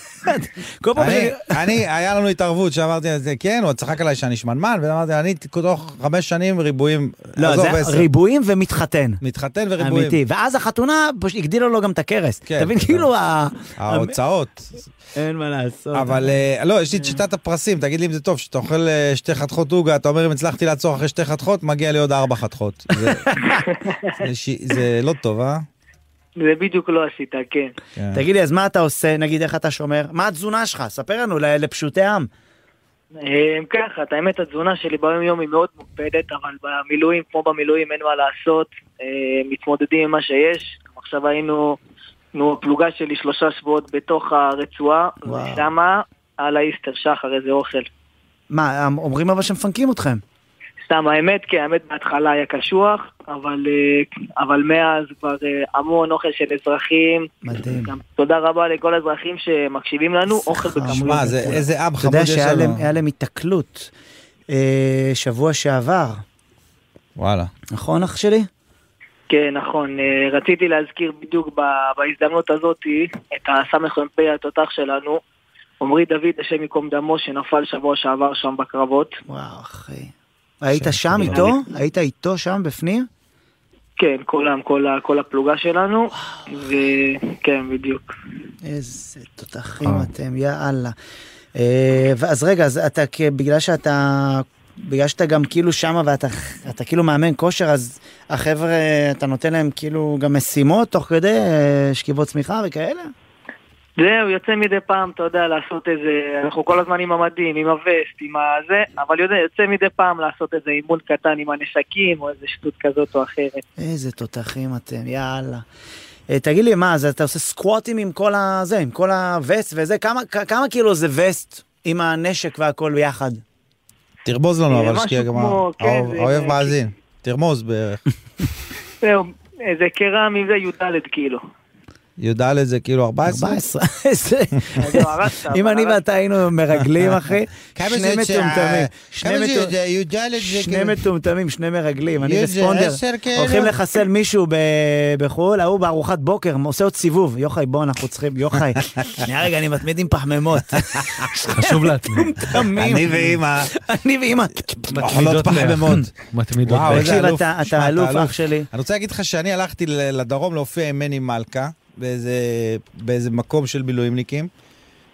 היה לנו התערבות שאמרתי, כן, הוא צחק עליי שאני שמנמן, ואמרתי, אני תוך 5 שנים ריבועים. לא, זה ריבועים ומתחתן. מתחתן וריבועים. אמיתי. ואז החתונה הגדילה לו גם את הכרס. תבין, כאילו... ההוצאות. אין מה לעשות. אבל לא, יש לי את שיטת הפרסים, תגיד לי אם זה טוב, שאתה אוכל 2 חתכות עוגה, אתה אומר אם הצלחתי לעצור אחרי 2 חתכות, מגיע לי עוד 4 חתכות. זה לא טוב, אה? זה בדיוק לא עשית, כן. תגיד לי, אז מה אתה עושה? נגיד, איך אתה שומר? מה התזונה שלך? ספר לנו, לפשוטי עם. ככה, האמת, התזונה שלי ביום יום היא מאוד מוקפדת, אבל במילואים, כמו במילואים, אין מה לעשות, מתמודדים עם מה שיש. עכשיו היינו, פלוגה שלי 3 שבועות בתוך הרצועה, ושמה על האיסטר שחר איזה אוכל. מה, אומרים אבל שמפנקים אתכם? סתם, האמת, כן, האמת בהתחלה היה קשוח, אבל מאז כבר המון אוכל של אזרחים. מדהים. גם תודה רבה לכל האזרחים שמקשיבים לנו, אוכל בכמות. שמע, איזה עם חמוד יש לנו. אתה יודע שהיה להם התקלות שבוע שעבר. וואלה. נכון, אח שלי? כן, נכון. רציתי להזכיר בדיוק בהזדמנות הזאת את הסמ"פ התותח שלנו, עמרי דוד, השם ייקום דמו, שנפל שבוע שעבר שם בקרבות. וואו, אחי. היית שם איתו? היית איתו שם בפנים? כן, כל הפלוגה שלנו, וכן, בדיוק. איזה תותחים אתם, יאללה. אז רגע, אז אתה, בגלל שאתה גם כאילו שמה ואתה כאילו מאמן כושר, אז החבר'ה, אתה נותן להם כאילו גם משימות תוך כדי שכיבות צמיחה וכאלה? זהו, יוצא מדי פעם, אתה יודע, לעשות איזה, אנחנו כל הזמן עם המדים, עם הווסט, עם הזה, אבל יוצא מדי פעם לעשות איזה אימון קטן עם הנשקים, או איזה שטות כזאת או אחרת. איזה תותחים אתם, יאללה. תגיד לי, מה, אז אתה עושה סקווטים עם כל הזה, עם כל הווסט וזה, כמה כאילו זה וסט עם הנשק והכל ביחד? תרמוז לנו, אבל שקיע גם האוהב מאזין. תרמוז בערך. זהו, איזה קרם עם זה י"ד כאילו. י"ד זה כאילו 14? 14. אם אני ואתה היינו מרגלים, אחי, שני מטומטמים. שני מטומטמים, שני מרגלים. אני וספונדר הולכים לחסל מישהו בחול, ההוא בארוחת בוקר, עושה עוד סיבוב. יוחאי, בוא, אנחנו צריכים, יוחאי. רגע, אני מתמיד עם פחמימות. חשוב להתמיד. אני ואמא. אוכלות פחמימות. מתמידות. תקשיב, אתה אלוף, אח שלי. אני רוצה להגיד לך שאני הלכתי לדרום להופיע עם מני מלכה, באיזה מקום של מילואימניקים,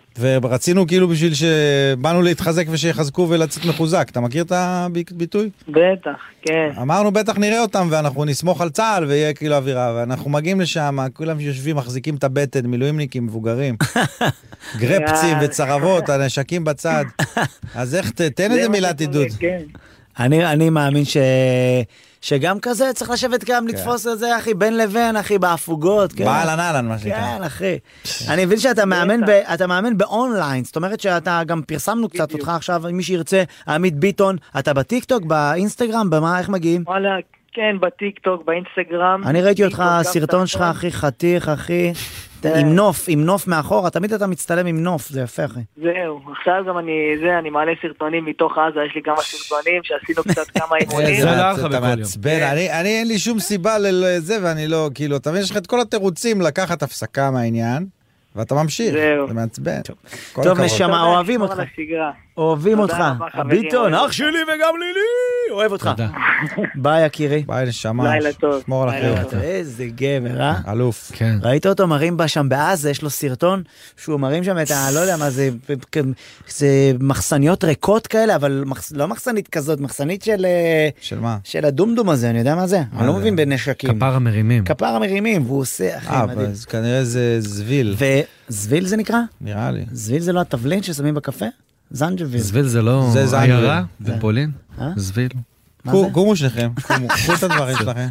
ורצינו כאילו בשביל שבאנו להתחזק ושיחזקו ולצאת מחוזק. אתה מכיר את הביטוי? בטח, כן. אמרנו בטח נראה אותם ואנחנו נסמוך על צה"ל ויהיה כאילו אווירה, ואנחנו מגיעים לשם, כולם יושבים, מחזיקים את הבטן, מילואימניקים מבוגרים, גרפצים וצרבות, הנשקים בצד. אז איך, תן איזה מילת עידוד. אני מאמין שגם כזה צריך לשבת גם לתפוס את זה, אחי, בין לבין, אחי, בהפוגות. באלן אלן, מה שנקרא. כן, אחי. אני מבין שאתה מאמן באונליין, זאת אומרת שאתה גם פרסמנו קצת אותך עכשיו, מי שירצה, עמית ביטון, אתה בטיקטוק, באינסטגרם, במה, איך מגיעים? וואלה, כן, בטיקטוק, באינסטגרם. אני ראיתי אותך, סרטון שלך, אחי, חתיך, אחי. עם נוף מאחורה, תמיד אתה מצטלם עם נוף, זה יפה, אחי. זהו, עכשיו גם אני מעלה סרטונים מתוך עזה, יש לי כמה סרטונים שעשינו קצת כמה אימונים. אתה מעצבן, אני אין לי שום סיבה לזה, ואני לא, כאילו, אתה מבין, יש לך את כל התירוצים לקחת הפסקה מהעניין, ואתה ממשיך, זה מעצבן. טוב, נשמה, אוהבים אותך. אוהבים אותך. ביטון, אח שלי וגם לילי, אוהב אותך. ביי, יקירי. ביי, נשמה. לילה טוב. שמור על החיות. איזה גבר, אה? אלוף. ראית אותו מרים בה שם בעזה, יש לו סרטון, שהוא מרים שם את לא יודע מה זה, זה מחסניות ריקות כאלה, אבל לא מחסנית כזאת, מחסנית של מה? של הדומדום הזה, אני יודע מה זה. אני לא מבין בנשקים. כפר המרימים. כפר המרימים, והוא עושה, אחי, מדהים. אז כנראה זה זביל. וזביל זה נקרא? נראה לי. זביל זה לא התבלין ששמים בקפה? זנג'וויל. זביל זה לא עיירה בפולין? זביל. קומו שניכם, קחו את הדברים שלכם.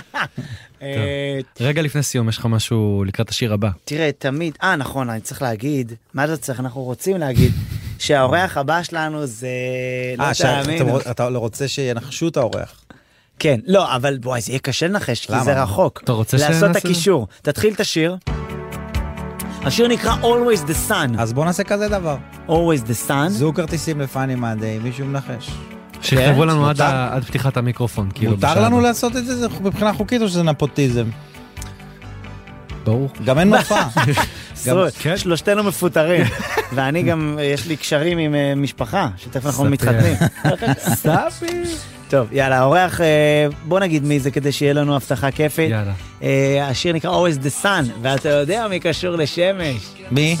רגע לפני סיום, יש לך משהו לקראת השיר הבא. תראה, תמיד, נכון, אני צריך להגיד, מה אתה צריך? אנחנו רוצים להגיד שהאורח הבא שלנו זה, לא תאמין. אתה לא רוצה שינחשו את האורח. כן, לא, אבל בואי, זה יהיה קשה לנחש, כי זה רחוק. אתה רוצה לעשות את הקישור. תתחיל את השיר. השיר נקרא Always the Sun. אז בוא נעשה כזה דבר. Always the Sun. זו כרטיסים לפאני מאנדיי, מישהו מנחש. שיכתבו לנו עד פתיחת המיקרופון. מותר לנו לעשות את זה? זה מבחינה חוקית או שזה נפוטיזם? ברור. גם אין מופע. שלושתנו מפוטרים. ואני גם, יש לי קשרים עם משפחה, שתכף אנחנו מתחתנים. סטאפי. טוב, יאללה, האורח, בוא נגיד מי זה כדי שיהיה לנו הבטחה כיפית. יאללה. השיר נקרא Always the Sun, ואתה יודע מי קשור לשמש. מי?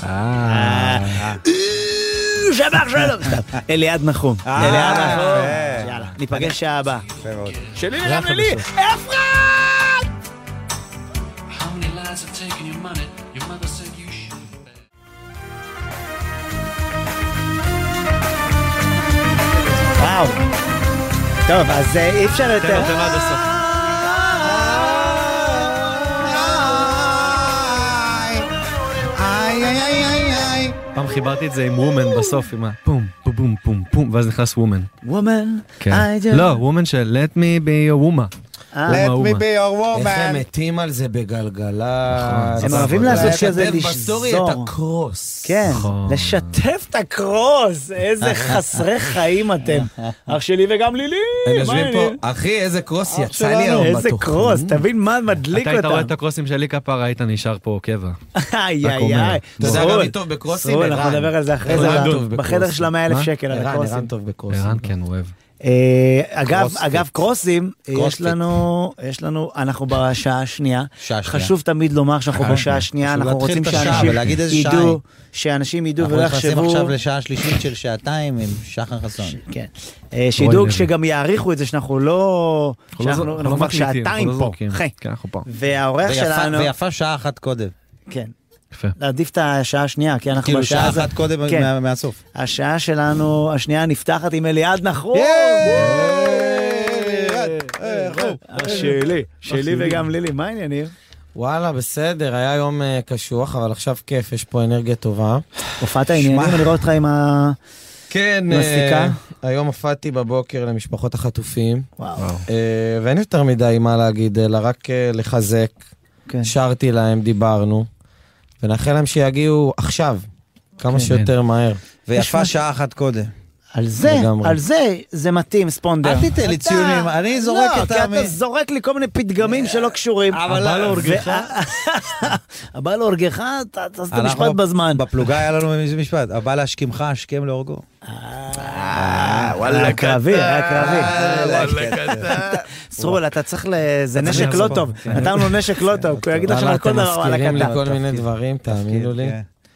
שבח שלום. אליעד נחום. אליעד נחום. יאללה, ניפגש שעה הבאה. שלי וגם לילי. אפרת! וואו. טוב, אז אי אפשר יותר. תן עד הסוף. פעם חיברתי את זה עם וומן בסוף, עם הפום, פום, פום, פום, פום, ואז נכנס וומן. וומן? לא, וומן של let me be your woman. Let me be your woman. איך הם מתים על זה בגלגלת. הם אוהבים לעשות שזה לשזור. בסטורי את הקרוס. כן, לשתף את הקרוס. איזה חסרי חיים אתם. אח שלי וגם לילי. הם יושבים פה, אחי, איזה קרוס יצא לי היום בתוכן. איזה קרוס, תבין מה מדליק אותם. אתה היית רואה את הקרוסים שלי כפרה, היית נשאר פה קבע. איי, איי, איי. אתה יודע גם מי טוב בקרוסים? סרול, אנחנו נדבר על זה אחרי זה. בחדר של 100,000 שקל על הקרוסים. ערן טוב בקרוסים. ערן כן, הוא אוהב. אגב קרוסים, יש לנו, אנחנו בשעה השנייה, חשוב תמיד לומר שאנחנו בשעה השנייה, אנחנו רוצים שאנשים ידעו ולא יחשבו. אנחנו נכנסים עכשיו לשעה שלישית של שעתיים עם שחר חסון. כן. שידעו שגם יעריכו את זה שאנחנו לא, אנחנו כבר שעתיים פה. והאורח שלנו, ויפה שעה אחת קודם. כן. להעדיף את השעה השנייה, כי אנחנו כאילו בשעה שעה אחת קודם מהסוף. השעה שלנו, השנייה נפתחת עם אליעד נחום. שלי וגם לילי, מה העניינים? וואלה, בסדר, היה יום קשוח, אבל עכשיו כיף, יש פה אנרגיה טובה. הופעת העניינים, אני רואה אותך עם כן, היום הופעתי בבוקר למשפחות החטופים. וואו. ואין יותר מדי מה להגיד, אלא רק לחזק. שרתי להם, דיברנו. ונאחל להם שיגיעו עכשיו, כמה שיותר מהר. ויפה שעה אחת קודם. על זה מתאים, ספונדר. אל תיתן לי ציונים, אני זורק את כי אתה זורק לי כל מיני פתגמים שלא קשורים. הבא להורגך. הבא להורגך, אתה עשית משפט בזמן. בפלוגה היה לנו איזה משפט, הבא להשכימך, השכם להורגו. וואלה, קרבי, היה קרבי. סרול, אתה צריך זה נשק לא טוב. נתנו נשק לא טוב, הוא יגיד לך כל דבר על הקטע. מזכירים לי כל מיני דברים, תאמינו לי.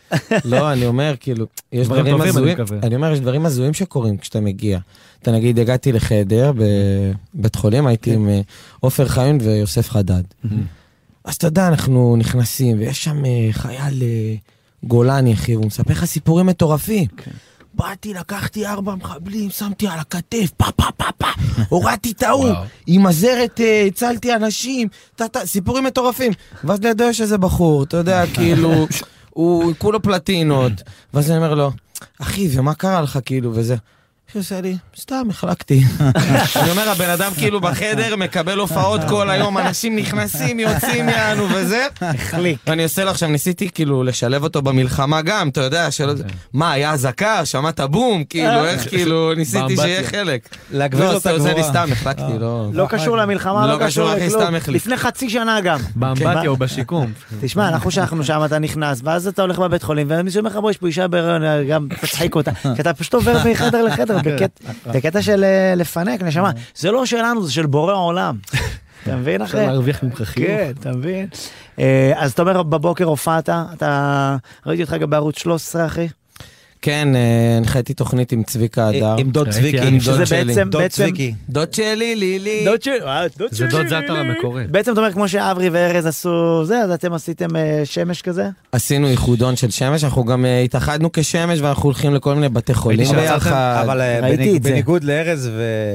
לא, אני אומר, כאילו, יש דברים הזויים, אני אומר, יש דברים הזויים שקורים כשאתה מגיע. אתה נגיד, הגעתי לחדר בבית חולים, הייתי עם עופר חיים ויוסף חדד. אז אתה יודע, אנחנו נכנסים, ויש שם חייל גולני, אחי, הוא מספר לך סיפורים מטורפים. באתי, לקחתי 4 מחבלים, שמתי על הכתף, פה, הורדתי את ההוא, עם הזרת הצלתי אנשים, סיפורים מטורפים. ואז לידו יש איזה בחור, אתה יודע, כאילו, הוא כולו פלטינות, ואז אני אומר לו, אחי, ומה קרה לך, כאילו, וזה? שעושה לי, סתם, החלקתי. אני אומר, הבן אדם כאילו בחדר, מקבל הופעות כל היום, אנשים נכנסים, יוצאים יענו וזה. החליק. ואני עושה לו עכשיו, ניסיתי כאילו לשלב אותו במלחמה גם, אתה יודע, מה, היה הזקה, שמעת בום, כאילו, איך כאילו, ניסיתי שיהיה חלק. להגביר אותה גבוהה. זה לי סתם, החלקתי, לא. לא קשור למלחמה, לא קשור לכלום. לפני חצי שנה גם. באמבטיה או בשיקום. תשמע, אנחנו שאנחנו שם, אתה נכנס, ואז אתה הולך בבית חולים, ומישהו אומר לך, בוא, יש פה אישה בהיריון, גם תצחיק אותה. כי אתה פשוט עובר מחדר לחדר, בקטע של לפנק, נשמה. זה לא שלנו, זה של בורא העולם. אתה מבין אחרי? אפשר להרוויח ממך חיוך. כן, אתה מבין. אז אתה אומר, בבוקר הופעת, ראיתי אותך גם בערוץ 13, אחי. כן, הנחייתי תוכנית עם צביקה הדר. עם דוד צביקי. שזה בעצם... דוד שלי, לילי. דוד שלי. זה דוד זאטר המקורי. בעצם אתה אומר, כמו שאברי וארז עשו זה, אז אתם עשיתם שמש כזה? עשינו ייחודון של שמש, אנחנו גם התאחדנו כשמש, ואנחנו הולכים לכל מיני בתי חולים ביחד. אבל בניגוד לארז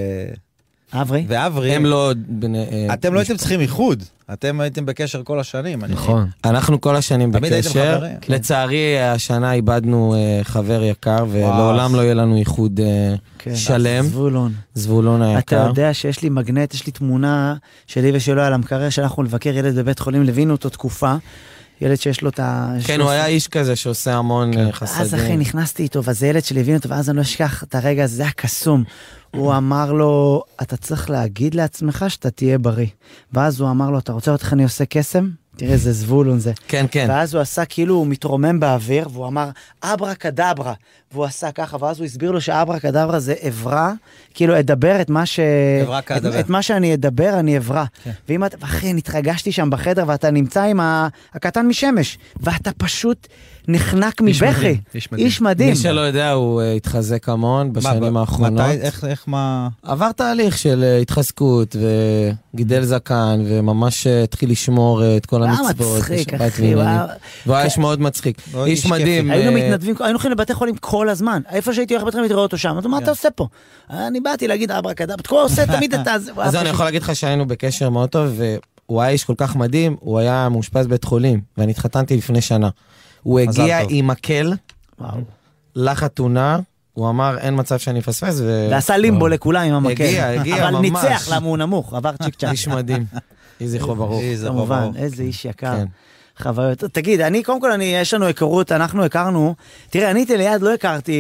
אברי? ואברי, הם לא... אתם לא הייתם צריכים איחוד, אתם הייתם בקשר כל השנים. נכון. אנחנו כל השנים בקשר. לצערי, השנה איבדנו חבר יקר, ולעולם לא יהיה לנו איחוד שלם. זבולון היקר. אתה יודע שיש לי מגנט, יש לי תמונה שלי ושלו על המקרר, שאנחנו לבקר ילד בבית חולים, לבינו אותו תקופה. ילד שיש לו את ה... כן, הוא היה איש כזה שעושה המון חסדים. אז אחי, נכנסתי איתו, ואז הילד שלי הבין אותו, ואז אני לא אשכח את הרגע הזה, זה היה קסום. הוא אמר לו, אתה צריך להגיד לעצמך שאתה תהיה בריא. ואז הוא אמר לו, אתה רוצה לראות איך אני עושה קסם? תראה, זה זבולון זה. כן, כן. ואז הוא עשה כאילו, הוא מתרומם באוויר, והוא אמר, אברה קדברה. והוא עשה ככה, ואז הוא הסביר לו שאברה קדברה זה עברה, כאילו, אדבר את מה את מה שאני אדבר, אני עברה. ואם אתה, אחי, נתרגשתי שם בחדר, ואתה נמצא עם הקטן משמש, ואתה פשוט נחנק מבכי. איש מדהים. מי שלא יודע, הוא התחזק המון בשנים האחרונות. איך מה... עבר תהליך של התחזקות, וגידל זקן, וממש התחיל לשמור את כל המצוות. מצחיק, אחי. והוא היה איש מאוד מצחיק. איש מדהים. היינו מתנדבים, היינו הולכים לבתי חולים כל הזמן. איפה שהייתי הולך בית חולים, תראה אותו שם. מה אתה עושה פה? אני באתי להגיד, אברה קדברה, אתה עושה תמיד את הזה. אז אני יכול להגיד לך שהיינו בקשר מאוד טוב, והוא היה איש כל כך מדהים, הוא היה מאושפז בית חולים, ואני התחתנתי לפני שנה. הוא הגיע עם מקל לחתונה, הוא אמר, אין מצב שאני אפספס, ועשה לימבו לכולם עם המקל. הגיע אבל ממש. ניצח למה הוא נמוך, עבר צ'יק צ'ק. איש מדהים. איזה זכרו ברוך. כמובן, איזה איש יקר. חוויות. תגיד, קודם כל, יש לנו היכרות, אנחנו הכרנו, תראה, אני איתי ליד לא הכרתי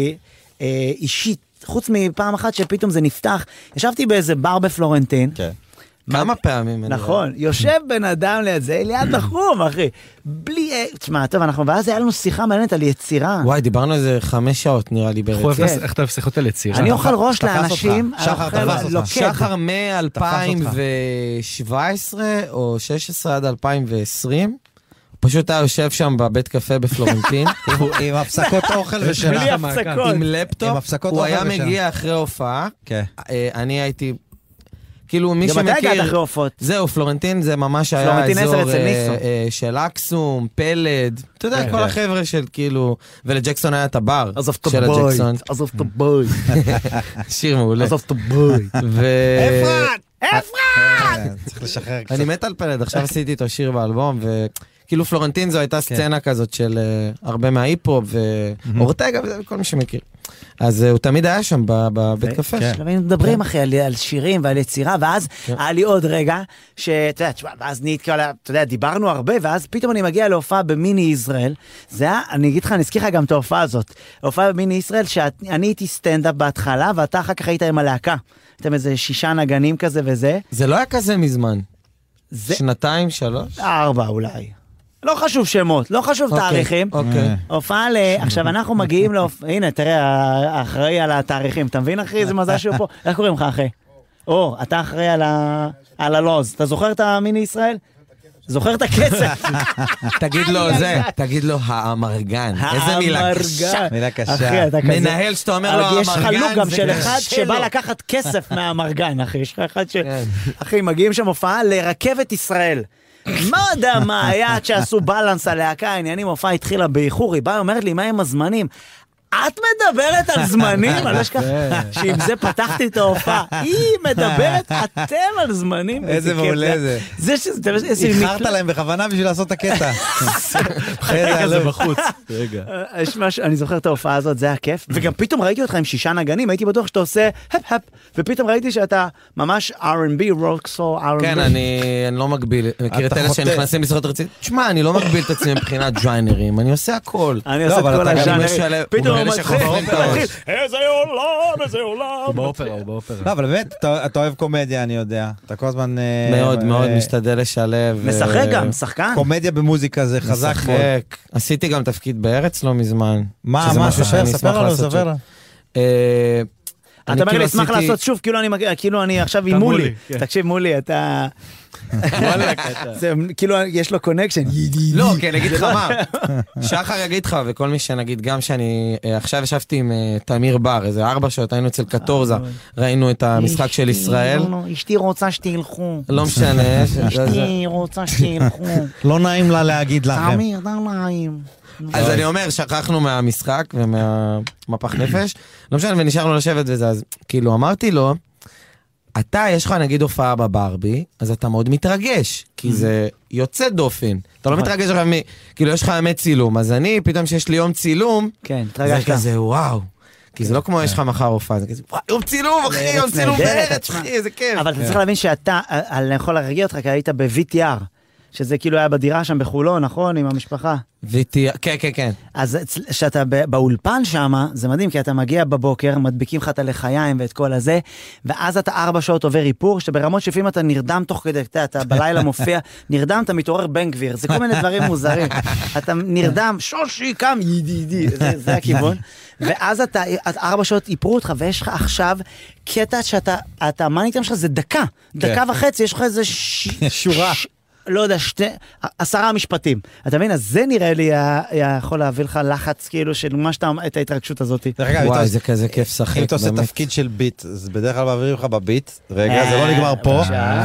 אישית, חוץ מפעם אחת שפתאום זה נפתח, ישבתי באיזה בר בפלורנטין, כמה פעמים. נכון, יושב בן אדם ליד זה, ליד נחום, אחי. בלי... תשמע, טוב, ואז היה לנו שיחה מעניינת על יצירה. וואי, דיברנו על זה 5 שעות, נראה לי ברצף. איך אתה הפסיך אותה לצירה? אני אוכל ראש לאנשים. שחר מ-2017 או 16 עד 2020, פשוט היה יושב שם בבית קפה בפלורנטין. עם הפסקות אוכל ושינה. בלי הפסקות. עם לפטופ. הוא היה מגיע אחרי הופעה. אני הייתי... כאילו מי שמכיר... גם אתה הגעת אחרי הופעות. זהו, פלורנטין זה ממש היה אזור של אקסום, פלד, אתה יודע, כל החבר'ה של כאילו... ולג'קסון היה את הבר של הג'קסון. עזוב את הבית. שיר מעולה. עזוב את הבית. אפרת! צריך לשחרר קצת. אני מת על פלד, עכשיו עשיתי איתו שיר באלבום, וכאילו פלורנטין זו הייתה סצנה כזאת של הרבה מההיפ-הופ, ואורטגה וכל מי שמכיר. אז הוא תמיד היה שם בבית קפה. היינו מדברים אחי על שירים ועל יצירה, ואז היה לי עוד רגע, שאתה יודע, ואז אתה יודע, דיברנו הרבה, ואז פתאום אני מגיע להופעה במיני ישראל, זה היה, אני אגיד לך, אני אזכיר לך גם את ההופעה הזאת, ההופעה במיני ישראל, שאני הייתי סטנדאפ בהתחלה, ואתה אחר כך היית עם הלהקה, הייתם איזה 6 נגנים כזה וזה. זה לא היה כזה מזמן. 2, 3? 4 אולי. לא חשוב שמות, לא חשוב תאריכים. הופעה עכשיו אנחנו מגיעים הנה, תראה, האחראי על התאריכים. אתה מבין, אחי? איזה מזל שהוא פה. איך קוראים לך, אחי? אתה אחראי על הלוז. אתה זוכר את המיני ישראל? זוכר את הכסף. תגיד לו האמרגן. איזה מילה קשה. מילה קשה. מנהל שאתה אומר לו האמרגן. יש חלוק גם של אחד שבא לקחת כסף מהאמרגן, אחי. יש לך אחד אחי, מגיעים שם הופעה לרכבת ישראל. מה יודע מה היה שעשו בלנס הלהקה, העניינים, הופעה התחילה באיחור, היא באה אומרת לי, מה עם הזמנים? את מדברת על זמנים? אני לא אשכח שעם זה פתחתי את ההופעה. היא מדברת, אתם על זמנים. איזה מעולה זה. זה שזה... איחרת להם בכוונה בשביל לעשות את הקטע. חלק זה בחוץ. רגע. יש משהו, אני זוכר את ההופעה הזאת, זה היה כיף. וגם פתאום ראיתי אותך עם 6 נגנים, הייתי בטוח שאתה עושה הפ-הפ, ופתאום ראיתי שאתה ממש R&B, רוקסול, R&B. כן, אני לא מגביל. מכיר את אלה שנכנסים לסרט רצית? תשמע, אני לא מגביל את עצמי מבחינת ג'יינרים, אני עושה הכל. אני עושה את כל הז'אנרים. פתאום הוא מתחיל, איזה עולם, איזה עולם. באופרה. לא, אבל באמת, אתה אוהב קומדיה, אני יודע. אתה כל הזמן... מאוד מאוד משתדל לשלב. משחק גם, שחקן. קומדיה במוזיקה זה חזק מאוד. עשיתי גם תפקיד בארץ לא מזמן. מה, ספר לנו. אתה אומר לי, אשמח לעשות שוב, כאילו אני עכשיו עם מולי. תקשיב מולי, אתה... כאילו יש לו קונקשן. לא, כן, נגיד לך מה. שחר יגיד לך, וכל מי שנגיד, גם שאני עכשיו ישבתי עם תמיר בר, איזה 4 שעות, היינו אצל קטורזה, ראינו את המשחק של ישראל. אשתי רוצה שתלכו. לא משנה. אשתי רוצה שתלכו. לא נעים לה להגיד לכם. תמיר, לא נעים. אז אני אומר, שכחנו מהמשחק ומהמפח נפש, לא משנה, ונשארנו לשבת וזה, אז כאילו אמרתי לו, אתה, יש לך נגיד הופעה בברבי, אז אתה מאוד מתרגש, כי זה יוצא דופן. אתה לא מתרגש לך כאילו יש לך ימי צילום, אז אני, פתאום שיש לי יום צילום, זה כזה וואו. כי זה לא כמו יש לך מחר הופעה, זה כזה, וואו, יום צילום, אחי, יום צילום בארץ, אחי, איזה כיף. אבל אתה צריך להבין שאתה, אני יכול להרגיע אותך, כי היית ב-VTR, שזה כאילו היה בדירה שם בחולון, נכון? עם המשפחה. כן. אז כשאתה באולפן שם, זה מדהים, כי אתה מגיע בבוקר, מדביקים לך את הלחיים ואת כל הזה, ואז אתה 4 שעות עובר איפור, שברמות שפעים אתה נרדם תוך כדי, אתה בלילה מופיע, נרדם, אתה מתעורר בן גביר, זה כל מיני דברים מוזרים. אתה נרדם, שושי, קם, ידידי, זה הכיוון. ואז אתה 4 שעות איפרו אותך, ויש לך עכשיו קטע שאתה, מה ניתן שלך? זה דקה וחצי, יש לך איזה שורה. לא יודע, 10 משפטים. אתה מבין? אז זה נראה לי יכול להביא לך לחץ, כאילו, של ממש את ההתרגשות הזאת. וואי, זה כזה כיף שחק. אם אתה עושה תפקיד של ביט, אז בדרך כלל מעבירים לך בביט, רגע, זה לא נגמר פה,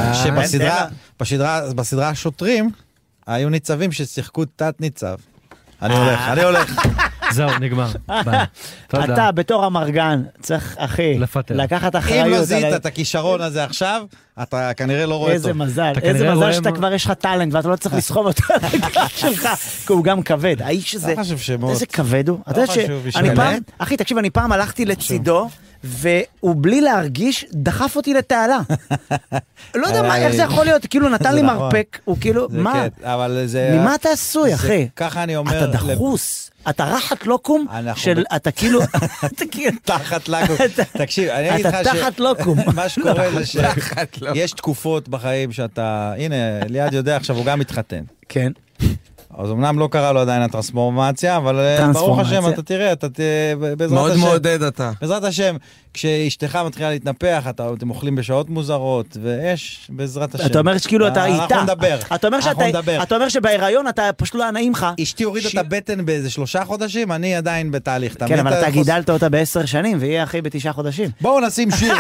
שבסדרה השוטרים, היו ניצבים ששיחקו תת ניצב. אני הולך. זהו, נגמר. אתה בתור המרגן צריך, אחי, לקחת אחריות. אם לא זיהית את הכישרון הזה עכשיו, אתה כנראה לא רואה טוב. איזה מזל שאתה כבר יש לך טלנט, ואתה לא צריך לסחוב אותו על הגב שלך, כי הוא גם כבד. האיש הזה, איזה כבד הוא. אתה יודע אחי, תקשיב, אני פעם הלכתי לצידו, והוא בלי להרגיש דחף אותי לתעלה. לא יודע איך זה יכול להיות, כאילו נתן לי מרפק, הוא כאילו, מה? ממה אתה עשוי, אחי? ככה אני אומר... אתה דחוס. אתה רחת לוקום של, אתה כאילו, תחת לוקום. תקשיב, אני אגיד לך אתה תחת לוקום. מה שקורה זה שיש תקופות בחיים שאתה, הנה, ליעד יודע עכשיו, הוא גם מתחתן. כן. אז אמנם לא קרה לו עדיין הטרנספורמציה, אבל ברוך השם, אתה תראה, אתה בעזרת השם. מאוד מעודד אתה. בעזרת השם, כשאשתך מתחילה להתנפח, אתם אוכלים בשעות מוזרות, ויש בעזרת השם. אתה אומר שכאילו אתה איתה. אנחנו נדבר. אתה אומר שבהיריון אתה פשוט לא נעים לך. אשתי הורידה את הבטן באיזה 3 חודשים, אני עדיין בתהליך. כן, אבל אתה גידלת אותה ב10 שנים, והיא אחי ב9 חודשים. בואו נשים שיר.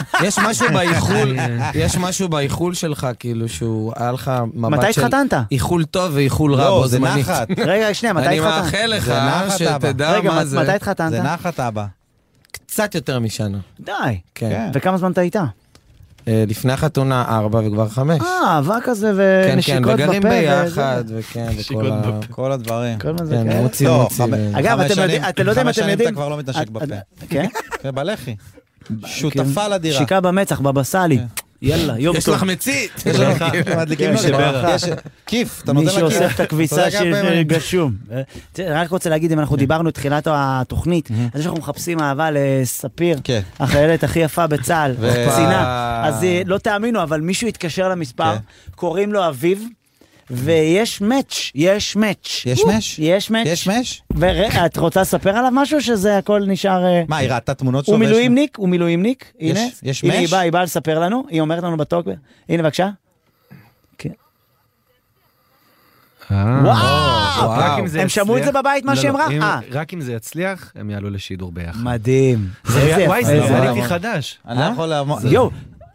יש משהו באיחול שלך, כאילו שהוא היה לך מתי התחתנת? איחול טוב ואיחול רע בו זמנית. רגע, שנייה, מתי התחתנת? אני מאחל לך שתדע מה זה. מתי התחתנת? זה נחת אבא. קצת יותר משנה. די. וכמה זמן אתה איתה? לפני החתונה 4 וכבר 5. אהבה כזה ונשיקות בפה. כן, וגרים ביחד, וכן, כל הדברים. כן, מוציא. אגב, אתם לא יודעים, 5 שנים אתה כבר לא מתנשק בפה. כן? בלחי. שותפה לדירה. שיקה במצח, בבסלי. יאללה, יום טוב. יש לך מצית. יש לך מדליקים שברה. כיף, אתה נותן לה כיף. מי שאוסף את הכביסה של גשום. רק רוצה להגיד, אם אנחנו דיברנו תחילת התוכנית, אז שאנחנו מחפשים אהבה לספיר, החיילת הכי יפה בצה"ל, קצינה. אז לא תאמינו, אבל מישהו התקשר למספר, קוראים לו אביב, ויש מאץ', יש מאץ'. יש מאץ'? יש מאץ'. יש מאץ'? ואת רוצה לספר עליו משהו שזה הכל נשאר... מה, היא ראתה תמונות שלו? הוא מילואימניק, הנה. יש מאץ'? הנה היא באה לספר לנו, היא אומרת לנו בטוק, הנה בבקשה. כן. וואו! הם שמעו את זה בבית, מה שאמרה? רק אם זה יצליח, הם יעלו לשידור ביחד. מדהים. וואי, זה עליתי חדש. אני יכול לעמוד... יואו.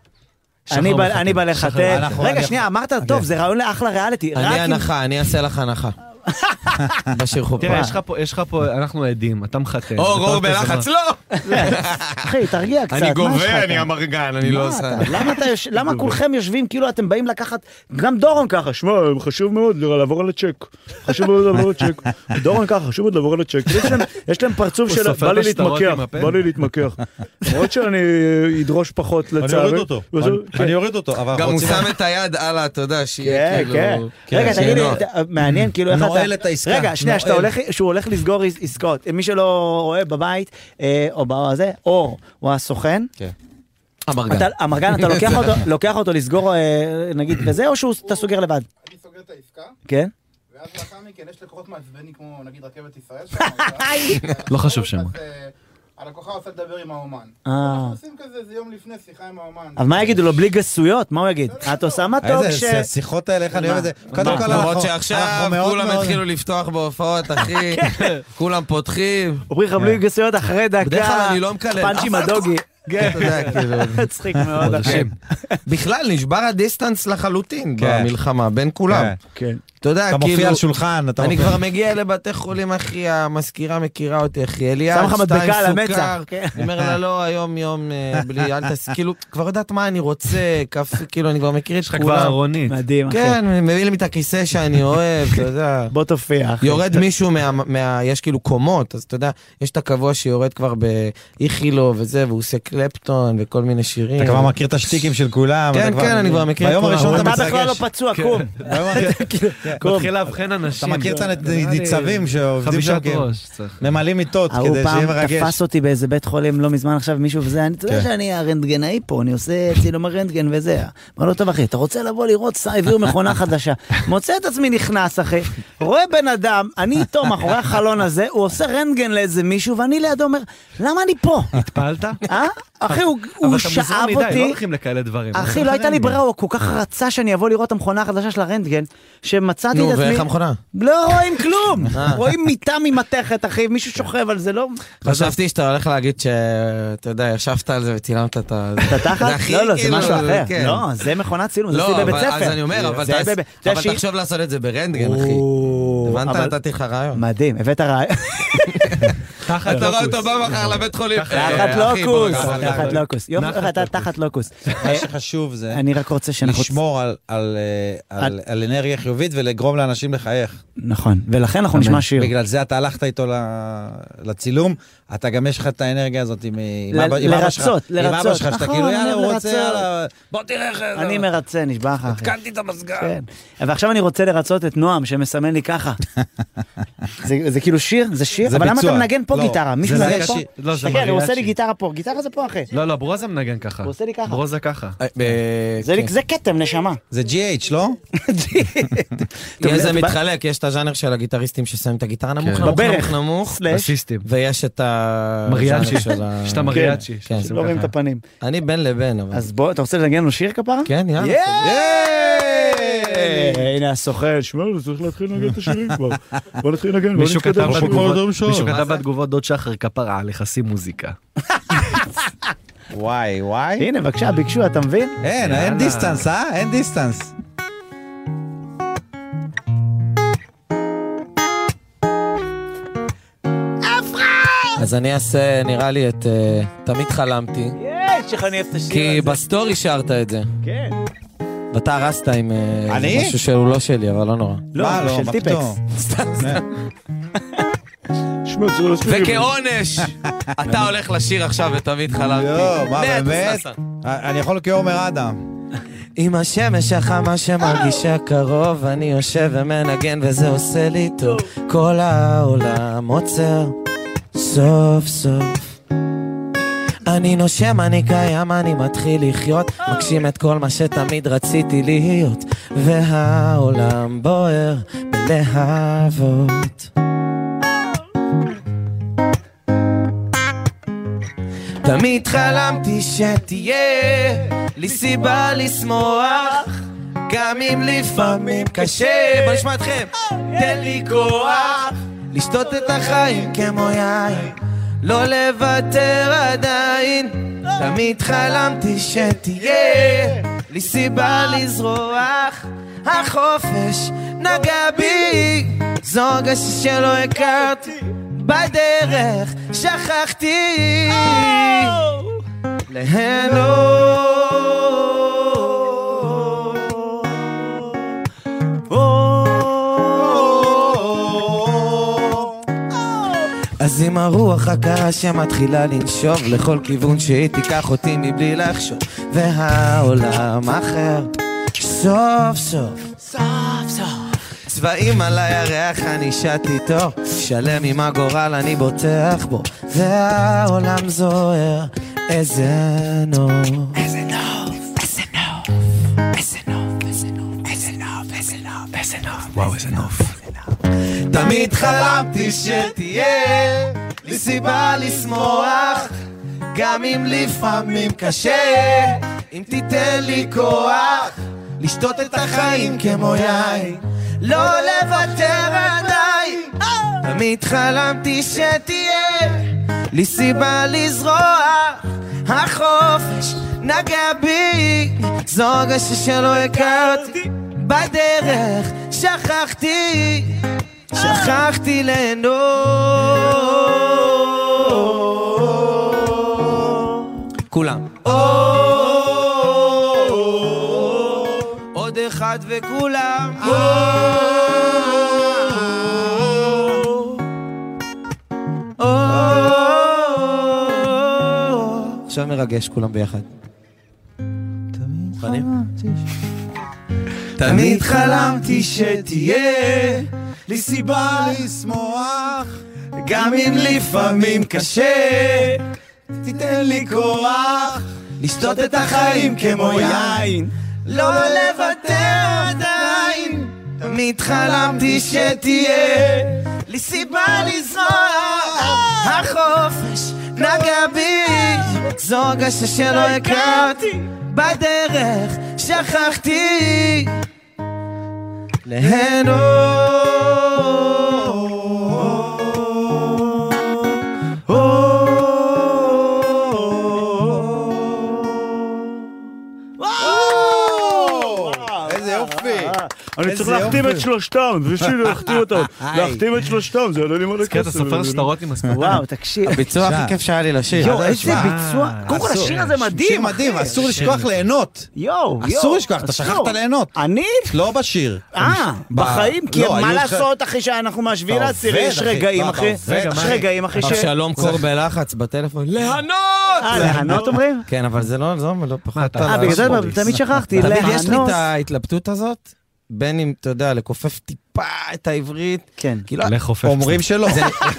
אני בא לחתן. רגע, שנייה, אמרת, טוב, זה רעיון לאחלה ריאליטי. אני אעשה לך הנחה. בשיר חופה. תראה, יש לך פה, אנחנו עדים, אתה מחתן. רור בלחץ, לא! אחי, תרגיע קצת. אני גובה, אני אמרגן, אני לא עושה. למה כולכם יושבים כאילו אתם באים לקחת, גם דורון ככה, שמע, חשוב מאוד לעבור על הצ'ק. חשוב מאוד לעבור על הצ'ק. דורון ככה, חשוב מאוד לעבור על הצ'ק. יש להם פרצוף של, בא לי להתמקח. למרות שאני אדרוש פחות לצערי. אני אוריד אותו. גם הוא שם את היד הלאה, אתה יודע, שיהיה כאילו... רגע, תגיד לי, מעניין כאילו איך רגע, שנייה, שהוא הולך לסגור עסקאות, מי שלא רואה בבית, או בזה, או הוא הסוכן, המרגן, אתה לוקח אותו לסגור, נגיד, וזה, או שאתה סוגר לבד? אני סוגר את העסקה, כן? ואז לאחר מכן יש לקוחות מעצבנים כמו, נגיד, רכבת ישראל, לא חשוב שמה. הלקוחה עושה לדבר עם האומן. אנחנו עושים כזה, זה יום לפני שיחה עם האומן. אבל מה יגידו לו? בלי גסויות? מה הוא יגיד? את עושה מתוק איזה שיחות האלה, איך אני אוהב את זה? קודם כל, למרות שעכשיו כולם התחילו לפתוח בהופעות, אחי. כולם פותחים. אומרים לך בלי גסויות אחרי דקה. בדרך כלל אני לא מקלל. פאנץ' עם הדוגי. אתה יודע, כאילו. מצחיק מאוד, אחי. בכלל, נשבר הדיסטנס לחלוטין במלחמה, בין כולם. כן. אתה יודע, כאילו... אתה מופיע על שולחן, אתה אני כבר מגיע לבתי חולים, אחי, המזכירה מכירה אותי, אחי, אליעד, שם לך מדבקה על המצח. אני אומר לה, לא, היום יום, בלי, אל תס... כאילו, כבר יודעת מה אני רוצה, כאילו, אני כבר מכיר את כולם. כבר ארונית. מדהים, אחי. כן, מביא לי את הכיסא שאני אוהב, אתה יודע. בוא תופיע, אחי. יורד מישהו יש כאילו קומות, אז אתה יודע, יש את הקבוע שיורד כבר באיכילו וזה, והוא עושה קלפטון וכל מיני שירים. אתה כבר מכיר את השטיקים של כולם. כן, כן, אני כבר מכיר. ביום הראשון אתה בכלל לא פצוע, קום. מתחיל להבחן אנשים. אתה מכיר את הניצבים שעובדים שם, ממלאים מיטות כדי שיהיה מרגש. הוא פעם תפס אותי באיזה בית חולים לא מזמן עכשיו מישהו וזה, אני יודע שאני הרנטגנאי פה, אני עושה צילום הרנטגן וזה. אמר לו, טוב אחי, אתה רוצה לבוא לראות, הביאו מכונה חדשה. מוצא את עצמי נכנס אחי, רואה בן אדם, אני איתו מאחורי החלון הזה, הוא עושה רנטגן לאיזה מישהו, ואני לידו אומר, למה אני פה? התפעלת? אחי, הוא שאב אותי. לא הולכים לכאלה דברים. אחי, לא הייתה לי ברירה, הוא כל כך רצה שאני אבוא לראות את המכונה החדשה של הרנטגן, שמצאתי את עצמי... נו, ואיך המכונה? לא רואים כלום. רואים מיטה ממתכת, אחי, מישהו שוכב על זה, לא... חשבתי שאתה הולך להגיד שאתה יודע, ישבת על זה וצילמת את ה... את התחת? לא, זה משהו אחר. לא, זה מכונת צילום, זה בבית ספר. אז אני אומר, אבל תחשוב לעשות את זה ברנטגן, אחי. הבנת? נתתי לך רעיון. מדהים, הבאת רעיון. אתה רואה אותו בא מחר לבית חולים. תחת לוקוס. יום אתה תחת לוקוס. מה שחשוב זה אני רק רוצה לשמור על אנרגיה חיובית ולגרום לאנשים לחייך. נכון, ולכן אנחנו נשמע שיר. בגלל זה אתה הלכת איתו לצילום, אתה גם יש לך את האנרגיה הזאת עם אבא שלך, שאתה כאילו יאללה, הוא רוצה, יאללה, בוא תראה איך... אני מרצה, נשבע לך. התקנתי את המסגר. ועכשיו אני רוצה לרצות את נועם, שמסמן לי ככה. זה כאילו שיר? זה שיר? אבל למה אתה מנגן פה גיטרה? מישהו מנגן פה? תקן, הוא עושה לי גיטרה פה. גיטרה זה פה, אחי. לא, ברוזה מנגן ככה. הוא עושה לי ככה. ברוזה ככה. זה קטם, נשמה. זה GH, לא? זה מתחלק, יש את הז'אנר של הגיטריסטים ששמים את הגיטרה נמוך, נמוך, בסיסטים. ויש את מריאצ'י. יש את המריאצ'י. לא רואים את הפנים. אני בין לבין. אז בוא, אתה רוצה לנגן לנו שיר כפרה? כן, יאללה. הנה הסוחר, שמע, צריך להתחיל לנגן את השירים כבר. בוא נתחיל לנגן, בוא נתקדם. מישהו כתב בתגובות דוד שחר כפרה, לחסים מוזיקה. וואי. הנה, בבקשה, ביקשו, אתה מבין? אין דיסטנס, אין דיסטנס. אז אני אעשה, נראה לי, את תמיד חלמתי. איך אני אוהב את השיר הזה. כי בסטורי שרת את זה. כן. ואתה הרסת עם משהו שהוא לא שלי, אבל לא נורא. לא, של טיפקס. וכעונש, אתה הולך לשיר עכשיו ותמיד חלמתי. לא, מה באמת? אני יכול כאומר אדם. עם השמש החמה שמרגישה קרוב, אני יושב ומנגן וזה עושה לי טוב. כל העולם עוצר סוף סוף, אני נושם, אני קיים, אני מתחיל לחיות, מגשים את כל מה שתמיד רציתי להיות, והעולם בוער בלהבות. תמיד חלמתי שתהיה לי סיבה לשמוח, גם אם לפעמים קשה. בוא נשמע אתכם. תן לי כוח לשתות את החיים כמו יין, לא לוותר עדיין. תמיד חלמתי שתהיה לי סיבה לזרוח, החופש נגע בי, זו הרגשה שלא הכרתי, בדרך שכחתי ליהנות. אז עם הרוח הקרה שמתחילה לנשוב לכל כיוון שהיא תיקח אותי מבלי לחשוב, והעולם אחר סוף סוף צבעים על הירח אני שט איתו, שלם עם הגורל אני בוטח בו, והעולם זוהר. איזה נוף, איזה נוף, איזה נוף, איזה נוף, איזה נוף, איזה נוף, איזה נוף, איזה נוף, וואו איזה נוף. תמיד חלמתי שתהיה לי סיבה לשמוח, גם אם לפעמים קשה, אם תיתן לי כוח לשתות את החיים כמו יין, לא לוותר עדיין. תמיד חלמתי שתהיה לי סיבה לזרוח, החופש נגע בי, זו הרגשה שלא הכרתי, בדרך שכחתי ליהנות. כולם עוד אחד וכולם עכשיו מרגש כולם ביחד. תמיד חלמתי שתהיה לי סיבה לשמוח, גם אם לפעמים קשה, תיתן לי כוח לשתות את החיים כמו יין, לא לוותר עדיין. תמיד חלמתי שתהיה לי סיבה לזרוח, החופש נגע בי, זו הרגשה שלא הכרתי, בדרך שכחתי ליהנות. איזה יופי. אני צריך להחתים את שלושתם, בשביל להחתים אותם. להחתים את שלושתם, זה עולה לי מלא כסף. אתה סופר שטרות עם הספר. וואו, תקשיב. הביצוע הכי כיף שהיה לי לשיר. יואו, איזה ביצוע. קודם כל השיר הזה מדהים. שיר מדהים, אסור לשכוח ליהנות. יואו. אסור לשכוח, אתה שכחת ליהנות. אני? לא בשיר. בחיים, כי מה לעשות אחי שאנחנו מהשביעי לעשירי, יש רגעים אחי. יש רגעים אחי ש... שלום קור בלחץ בטלפון. ליהנות! ליהנות אומרים? כן, אבל זה לא פחות. בגלל זה תמיד שכחתי, ליהנות. יש לי את ההתלבטות הזאת, בין אם, אתה יודע, לכופף טיפה את העברית. כן. אומרים שלא.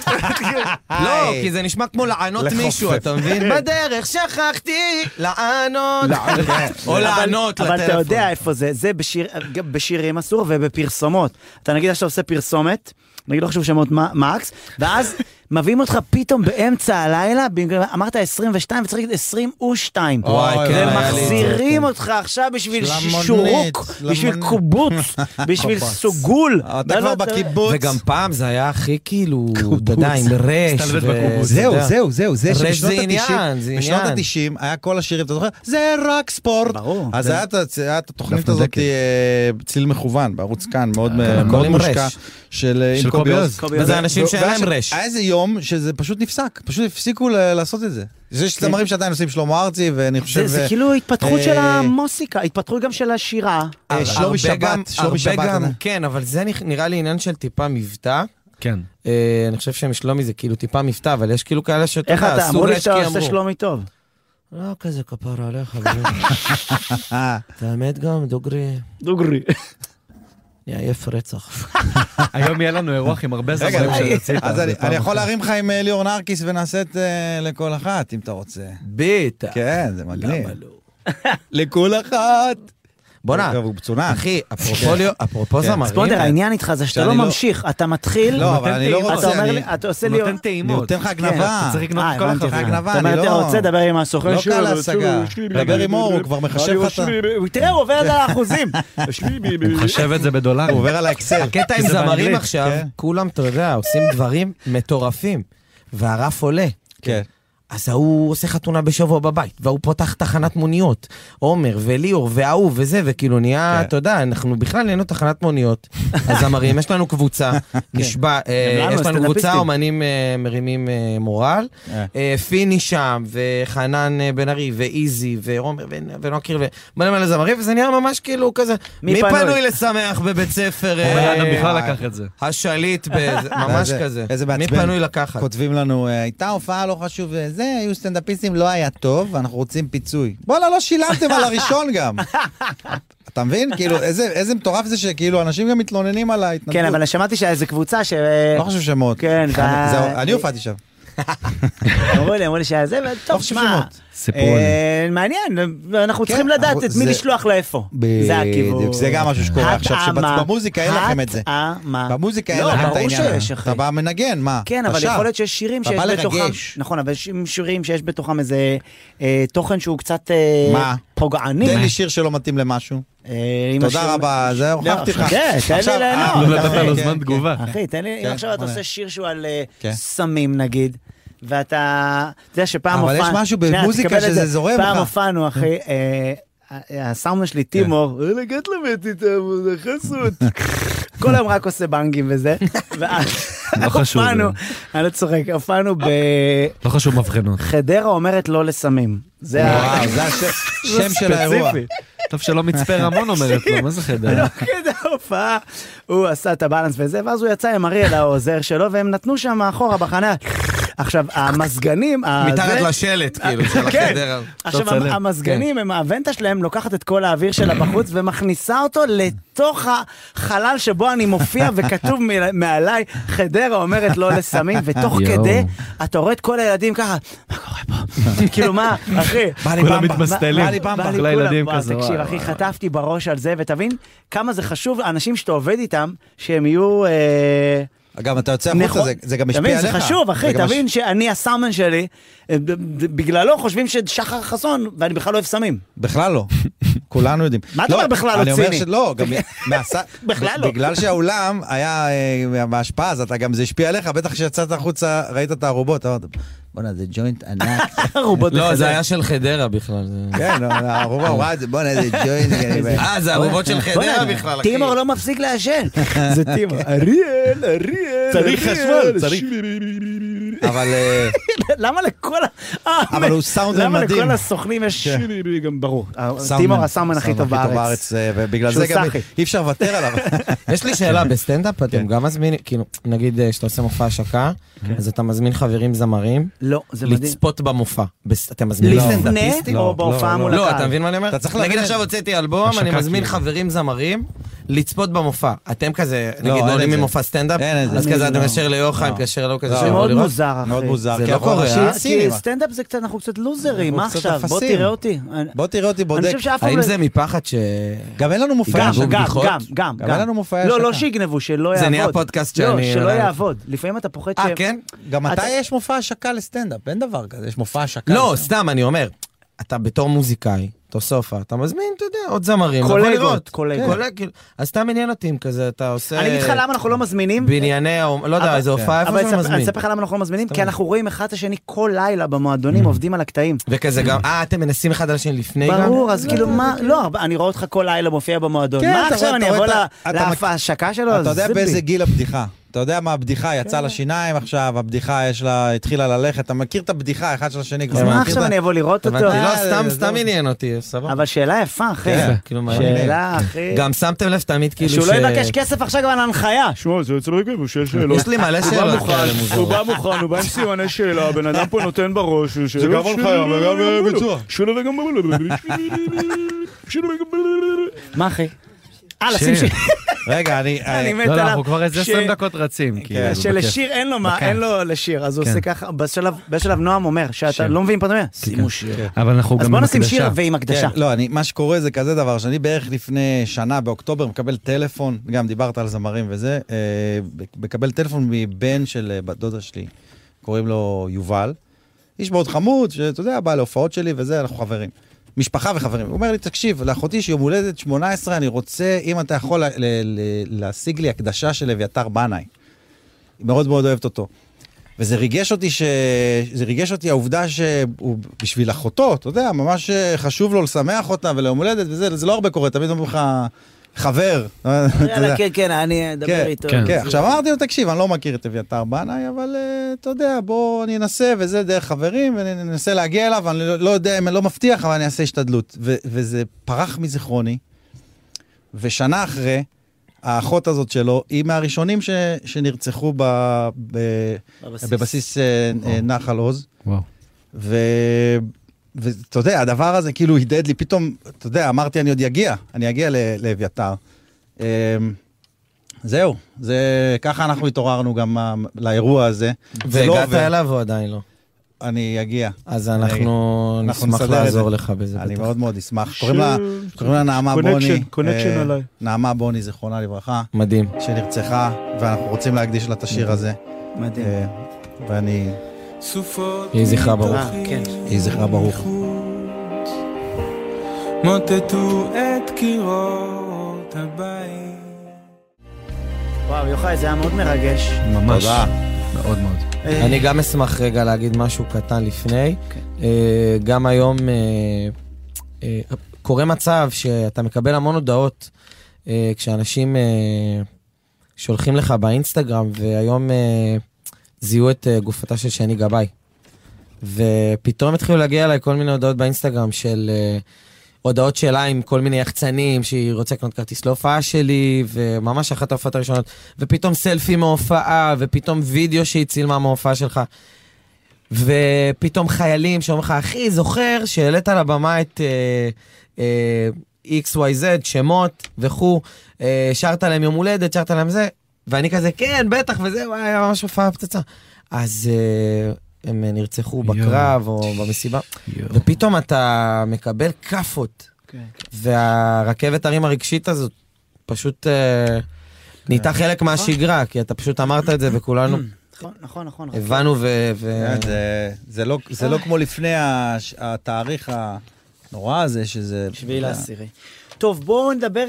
לא, כי זה נשמע כמו לענות מישהו, אתה מבין? בדרך שכחתי לענות. או לענות לטלפון. אבל אתה יודע איפה זה, זה בשירים אסור ובפרסומות. אתה נגיד שאתה עושה פרסומת, נגיד לא חשוב שמות מקס, ואז מביאים אותך פתאום באמצע הלילה, אמרת 22 וצריך 22. ומחזירים אותך עכשיו בשביל שורוק, בשביל קובוץ, בשביל סוגול. אתה כבר בקיבוץ. וגם פעם זה היה הכי כאילו, אתה יודע, עם רש. זהו, זה שבשנות ה-90 היה כל השירים, אתה זוכר? זה רק ספורט. אז היה את התוכנית הזאת, צליל מכוון, בערוץ כאן, מאוד מושקע, של קובי עוז. וזה אנשים שאין להם רש. היה איזה יום שזה פשוט נפסק, פשוט הפסיקו לעשות את זה. יש זמרים שעדיין עושים שלמה ארצי, ואני חושב... זה כאילו התפתחות של המוסיקה, התפתחות גם של השירה. שלומי שבת. כן, אבל זה נראה לי עניין של טיפה מבטא. כן. אני חושב שמשלומי זה כאילו טיפה מבטא, אבל יש כאילו כאלה שאתה... איך אתה? אמרו לי שאתה עושה שלומי טוב. לא כזה כפרה עליך. את האמת גם, דוגרי. עייף רצח. היום יהיה לנו אירוח עם הרבה זמרים שרצית. אז אני יכול להרים לך עם ליאור נרקיס ונעשה את לכל אחת, אם אתה רוצה. בטח. כן, זה מגניב. לכל אחת. בונה, אחי, אפרופו זמרים. ספונדר, העניין איתך זה שאתה לא ממשיך, אתה מתחיל, לא, אבל אני לא רוצה, אתה עושה לי... נותן טעימות. נותן לך הגנבה. אתה צריך לקנות כל החברה. הגנבה, אני לא... אתה רוצה לדבר עם הסוכן לא קל להשגה. דבר עם אור, הוא כבר מחשב לך. תראה, הוא עובר על האחוזים. הוא מחשב את זה בדולרים. הוא עובר על האקסל. הקטע עם זמרים עכשיו, כולם, אתה יודע, עושים דברים מטורפים, והרף עולה. כן. אז הוא עושה חתונה בשבוע בבית, והוא פותח תחנת מוניות, עומר וליאור והאהוב וזה, וכאילו נהיה, אתה יודע, אנחנו בכלל נהיינו תחנת מוניות, הזמרים, יש לנו קבוצה, נשבע, יש לנו קבוצה, אומנים מרימים מורל, פיני שם, וחנן בן ארי, ואיזי, ועומר, ונוקיר, ומלא מלא זמרים, וזה נהיה ממש כאילו כזה, מי פנוי לשמח בבית ספר? אדם בכלל לקח את זה. השליט, ממש כזה. מי פנוי לקחת? כותבים לנו, הייתה הופעה לא חשוב זה, היו סטנדאפיסטים, לא היה טוב, ואנחנו רוצים פיצוי. בוא'לה, לא שילמתם על הראשון גם. אתה מבין? כאילו, איזה מטורף זה שכאילו אנשים גם מתלוננים על ההתנדבות. כן, אבל שמעתי שאיזה קבוצה ש... לא חושב שמות. כן, אני הופעתי שם. אמרו לי שזה, טוב, שמע, מעניין, אנחנו צריכים לדעת את מי לשלוח לאיפה. זה הכיוון. זה גם משהו שקורה עכשיו, שבמוזיקה אין לכם את זה. במוזיקה אין לכם את העניין. אתה בא מנגן, מה? כן, אבל יכול להיות שיש שירים שיש בתוכם, נכון, אבל יש שירים שיש בתוכם איזה תוכן שהוא קצת פוגעני. תן לי שיר שלא מתאים למשהו. תודה רבה, זה הוכחתי לך. תן לי לענות. לא נתת לו זמן תגובה. אחי, תן לי, אם עכשיו אתה עושה שיר שהוא על סמים נגיד, ואתה, אתה יודע שפעם אבל יש משהו במוזיקה שזה זורם לך. פעם הופענו, אחי, הסאונד שלי, טימור, לגעת לבית איתם, זה חסות. כל היום רק עושה בנגים וזה. ואז הופענו, אני לא צוחק, הופענו ב... לא חשוב מבחנות. חדרה אומרת לא לסמים. זה השם של האירוע. טוב שלא מצפה רמון אומרת לו, מה זה חדר? לא כדי הופעה, הוא עשה את הבלנס וזה, ואז הוא יצא עם אריאל העוזר שלו, והם נתנו שם מאחורה בחנה. עכשיו, המסגנים... מתחת לשלט, כאילו, של החדר. עכשיו, המסגנים, הוונטה שלהם לוקחת את כל האוויר שלה בחוץ, ומכניסה אותו לתוך החלל שבו אני מופיע, וכתוב מעליי, חדרה אומרת לא לסמים, ותוך כדי, אתה רואה את כל הילדים ככה, מה קורה פה? כאילו, מה, אחי? כולם מתמסטלים. לילדים כזה. תקשיב, אחי, חטפתי בראש על זה, ותבין כמה זה חשוב, האנשים שאתה עובד איתם, שהם יהיו... גם אתה יוצא החוצה, זה גם משפיע עליך. זה חשוב, אחי, תבין שאני הסאמן שלי, בגללו חושבים ששחר חסון, ואני בכלל לא אוהב סמים. בכלל לא. כולנו יודעים. מה אתה אומר בכלל לא ציני? אני אומר שלא, גם... בכלל לא. בגלל שהאולם היה בהשפעה, אז גם זה השפיע עליך, בטח כשיצאת החוצה, ראית את הערובות, אמרת, בוא'נה, זה ג'וינט ענק. לא, זה היה של חדרה בכלל. כן, הערובה, אמרה את זה, בוא'נה, זה ג'וינט. זה הערובות של חדרה בכלל, אחי. טימור לא מפסיק לעשן. זה טימור. אריאל. צריך חשמל, צריך. אבל... למה לכל... אבל הוא סאונדר מדהים. למה לכל הסוכנים יש... גם ברור. טימור הסאונד הכי טוב בארץ. ובגלל זה גם אי אפשר לוותר עליו. יש לי שאלה, בסטנדאפ אתם גם מזמינים, כאילו, נגיד שאתה עושה מופע השקה, אז אתה מזמין חברים זמרים, לא, זה מדהים. לצפות במופע. אתם מזמינים לפני או בהופעה מול הקהל? לא, אתה מבין מה אני אומר? נגיד עכשיו הוצאתי אלבום, אני מזמין חברים זמרים, לצפות במופע. אתם כזה, נגיד, עולים ממופע סטנדאפ, אז כזה אתם ישר ליוחאי, מתקשר לו כזה. זה מאוד מוזר, אחי. מאוד מוזר. זה לא קורה. כי סטנדאפ זה קצת, אנחנו קצת לוזרים, מה עכשיו? בוא תראה אותי. בוא תראה אותי בודק. האם זה מפחד ש... גם אין לנו מופע. גם אין לנו מופע. לא שיגנבו, שלא יעבוד. זה נהיה פודקאסט שאני... שלא יעבוד. לפעמים אתה פוחד ש... כן? גם מתי יש מופע השקה לסטנדאפ? אין דבר כזה, יש מופע השקה. לא, סתם, אני אומר, אתה בתור מוזיקאי, תוסופה, אתה מזמין, אתה יודע, עוד זמרים. קולגות. אז אתה מעניין אותי כזה, אתה עושה... אני אגיד לך למה אנחנו לא מזמינים. בענייני, לא יודע, איזה הופעה, איפה זה מזמין? אני אספר לך למה אנחנו לא מזמינים, כי אנחנו רואים אחד השני כל לילה במועדונים, עובדים על הקטעים. וכזה גם, אתם מנסים אחד על השני לפני גם? ברור, אז כאילו מה, לא, אני רואה אותך כל לילה מופיע במועדון. מה עכשיו, אני אבוא להפשקה שלו? אתה יודע באיזה גיל הבדיחה. אתה יודע מה הבדיחה, יצא לשיניים עכשיו, הבדיחה יש לה, התחילה ללכת, אתה מכיר את הבדיחה, אחד של השני כבר. מה עכשיו אני אבוא לראות אותו? לא, סתם עניין אותי, סבבה. אבל שאלה יפה, אחי. שאלה, אחי. גם שמתם לב תמיד כאילו שהוא לא יבקש כסף עכשיו גם על ההנחיה. שמוע, זה יוצא ברגע, הוא שואל שאלות. יש לי מלא שאלות. הוא בא מוכן, הוא בא עם סימני שאלה, הבן אדם פה נותן בראש. זה גם הנחיה וגם ביצוע. שאלה וגם... מה אחי? לשים רגע, אני מת לא, עליו. אנחנו כבר איזה 20 דקות רצים. שלשיר אין לו מה, אין לו לשיר, אז הוא עושה ככה, בשלב נועם אומר, שאתה לא מבין פתאום, שימו שיר. אבל אנחנו גם אז בוא נשים שיר ועם הקדשה. לא, מה שקורה זה כזה דבר, שאני בערך לפני שנה, באוקטובר, מקבל טלפון, גם דיברת על זמרים וזה, מקבל טלפון מבן של בת דודה שלי, קוראים לו יובל, איש מאוד חמוד, שאתה יודע, בא להופעות שלי וזה, אנחנו חברים. משפחה וחברים. הוא אומר לי, תקשיב, לאחותי שיום הולדת 18, אני רוצה, אם אתה יכול להשיג לי הקדשה של אביתר בנאי. היא מאוד מאוד אוהבת אותו. וזה ריגש אותי העובדה שהוא בשביל אחותו, אתה יודע, ממש חשוב לו לשמח אותה וליום הולדת וזה, זה לא הרבה קורה, תמיד אומרים לך, חבר. כן, אני אדבר איתו. עכשיו אמרתי לו, תקשיב, אני לא מכיר את אביתר בנאי, אבל אתה יודע, בוא אני אנסה, וזה דרך חברים, ואני אנסה להגיע אליו, אני לא יודע אם אני לא מבטיח, אבל אני אעשה השתדלות. וזה פרח מזיכרוני, ושנה אחרי, האחות הזאת שלו, היא מהראשונים שנרצחו בבסיס נחל עוז. ואתה יודע, הדבר הזה כאילו הידד לי, פתאום, אתה יודע, אמרתי, אני עוד אני אגיע לאביתר. זהו, ככה אנחנו התעוררנו גם לאירוע הזה. והגעת אליו או עדיין לא? אני אגיע. אז אנחנו נשמח לעזור לך בזה. אני מאוד מאוד אשמח. קוראים לה נעמה בוני. קונקשן עליי. נעמה בוני, זיכרונה לברכה. מדהים. שנרצחה, ואנחנו רוצים להקדיש לה את השיר הזה. מדהים. ואני... יהי זכרה ברוך. יהי זכרה ברוך. מוטטו את קירות הבית. וואו, יוחאי, זה היה מאוד מרגש. ממש. תודה. מאוד מאוד. אני גם אשמח רגע להגיד משהו קטן לפני. גם היום קורה מצב שאתה מקבל המון הודעות כשאנשים שולחים לך באינסטגרם, והיום זיהו את גופתה של שני גבאי. ופתאום התחילו להגיע אליי כל מיני הודעות באינסטגרם של הודעות שלה עם כל מיני יחצנים שהיא רוצה לקנות כרטיס להופעה שלי, וממש אחת ההופעות הראשונות, ופתאום סלפי מההופעה, ופתאום וידאו שהיא צילמה מההופעה שלך, ופתאום חיילים שאומרים לך, אחי, זוכר שהעלית על הבמה את XYZ, שמות וכו', שרת להם יום הולדת, שרת להם זה, ואני כזה, כן, בטח, וזה, היה ממש הופעה פצצה. אז הם נרצחו בקרב או במסיבה, ופתאום אתה מקבל כפות, והרכבת הרים הרגשית הזאת פשוט נהייתה חלק מהשגרה, כי אתה פשוט אמרת את זה וכולנו נכון. הבנו זה לא כמו לפני התאריך הנורא הזה, שזה... 7/10. טוב, בואו נדבר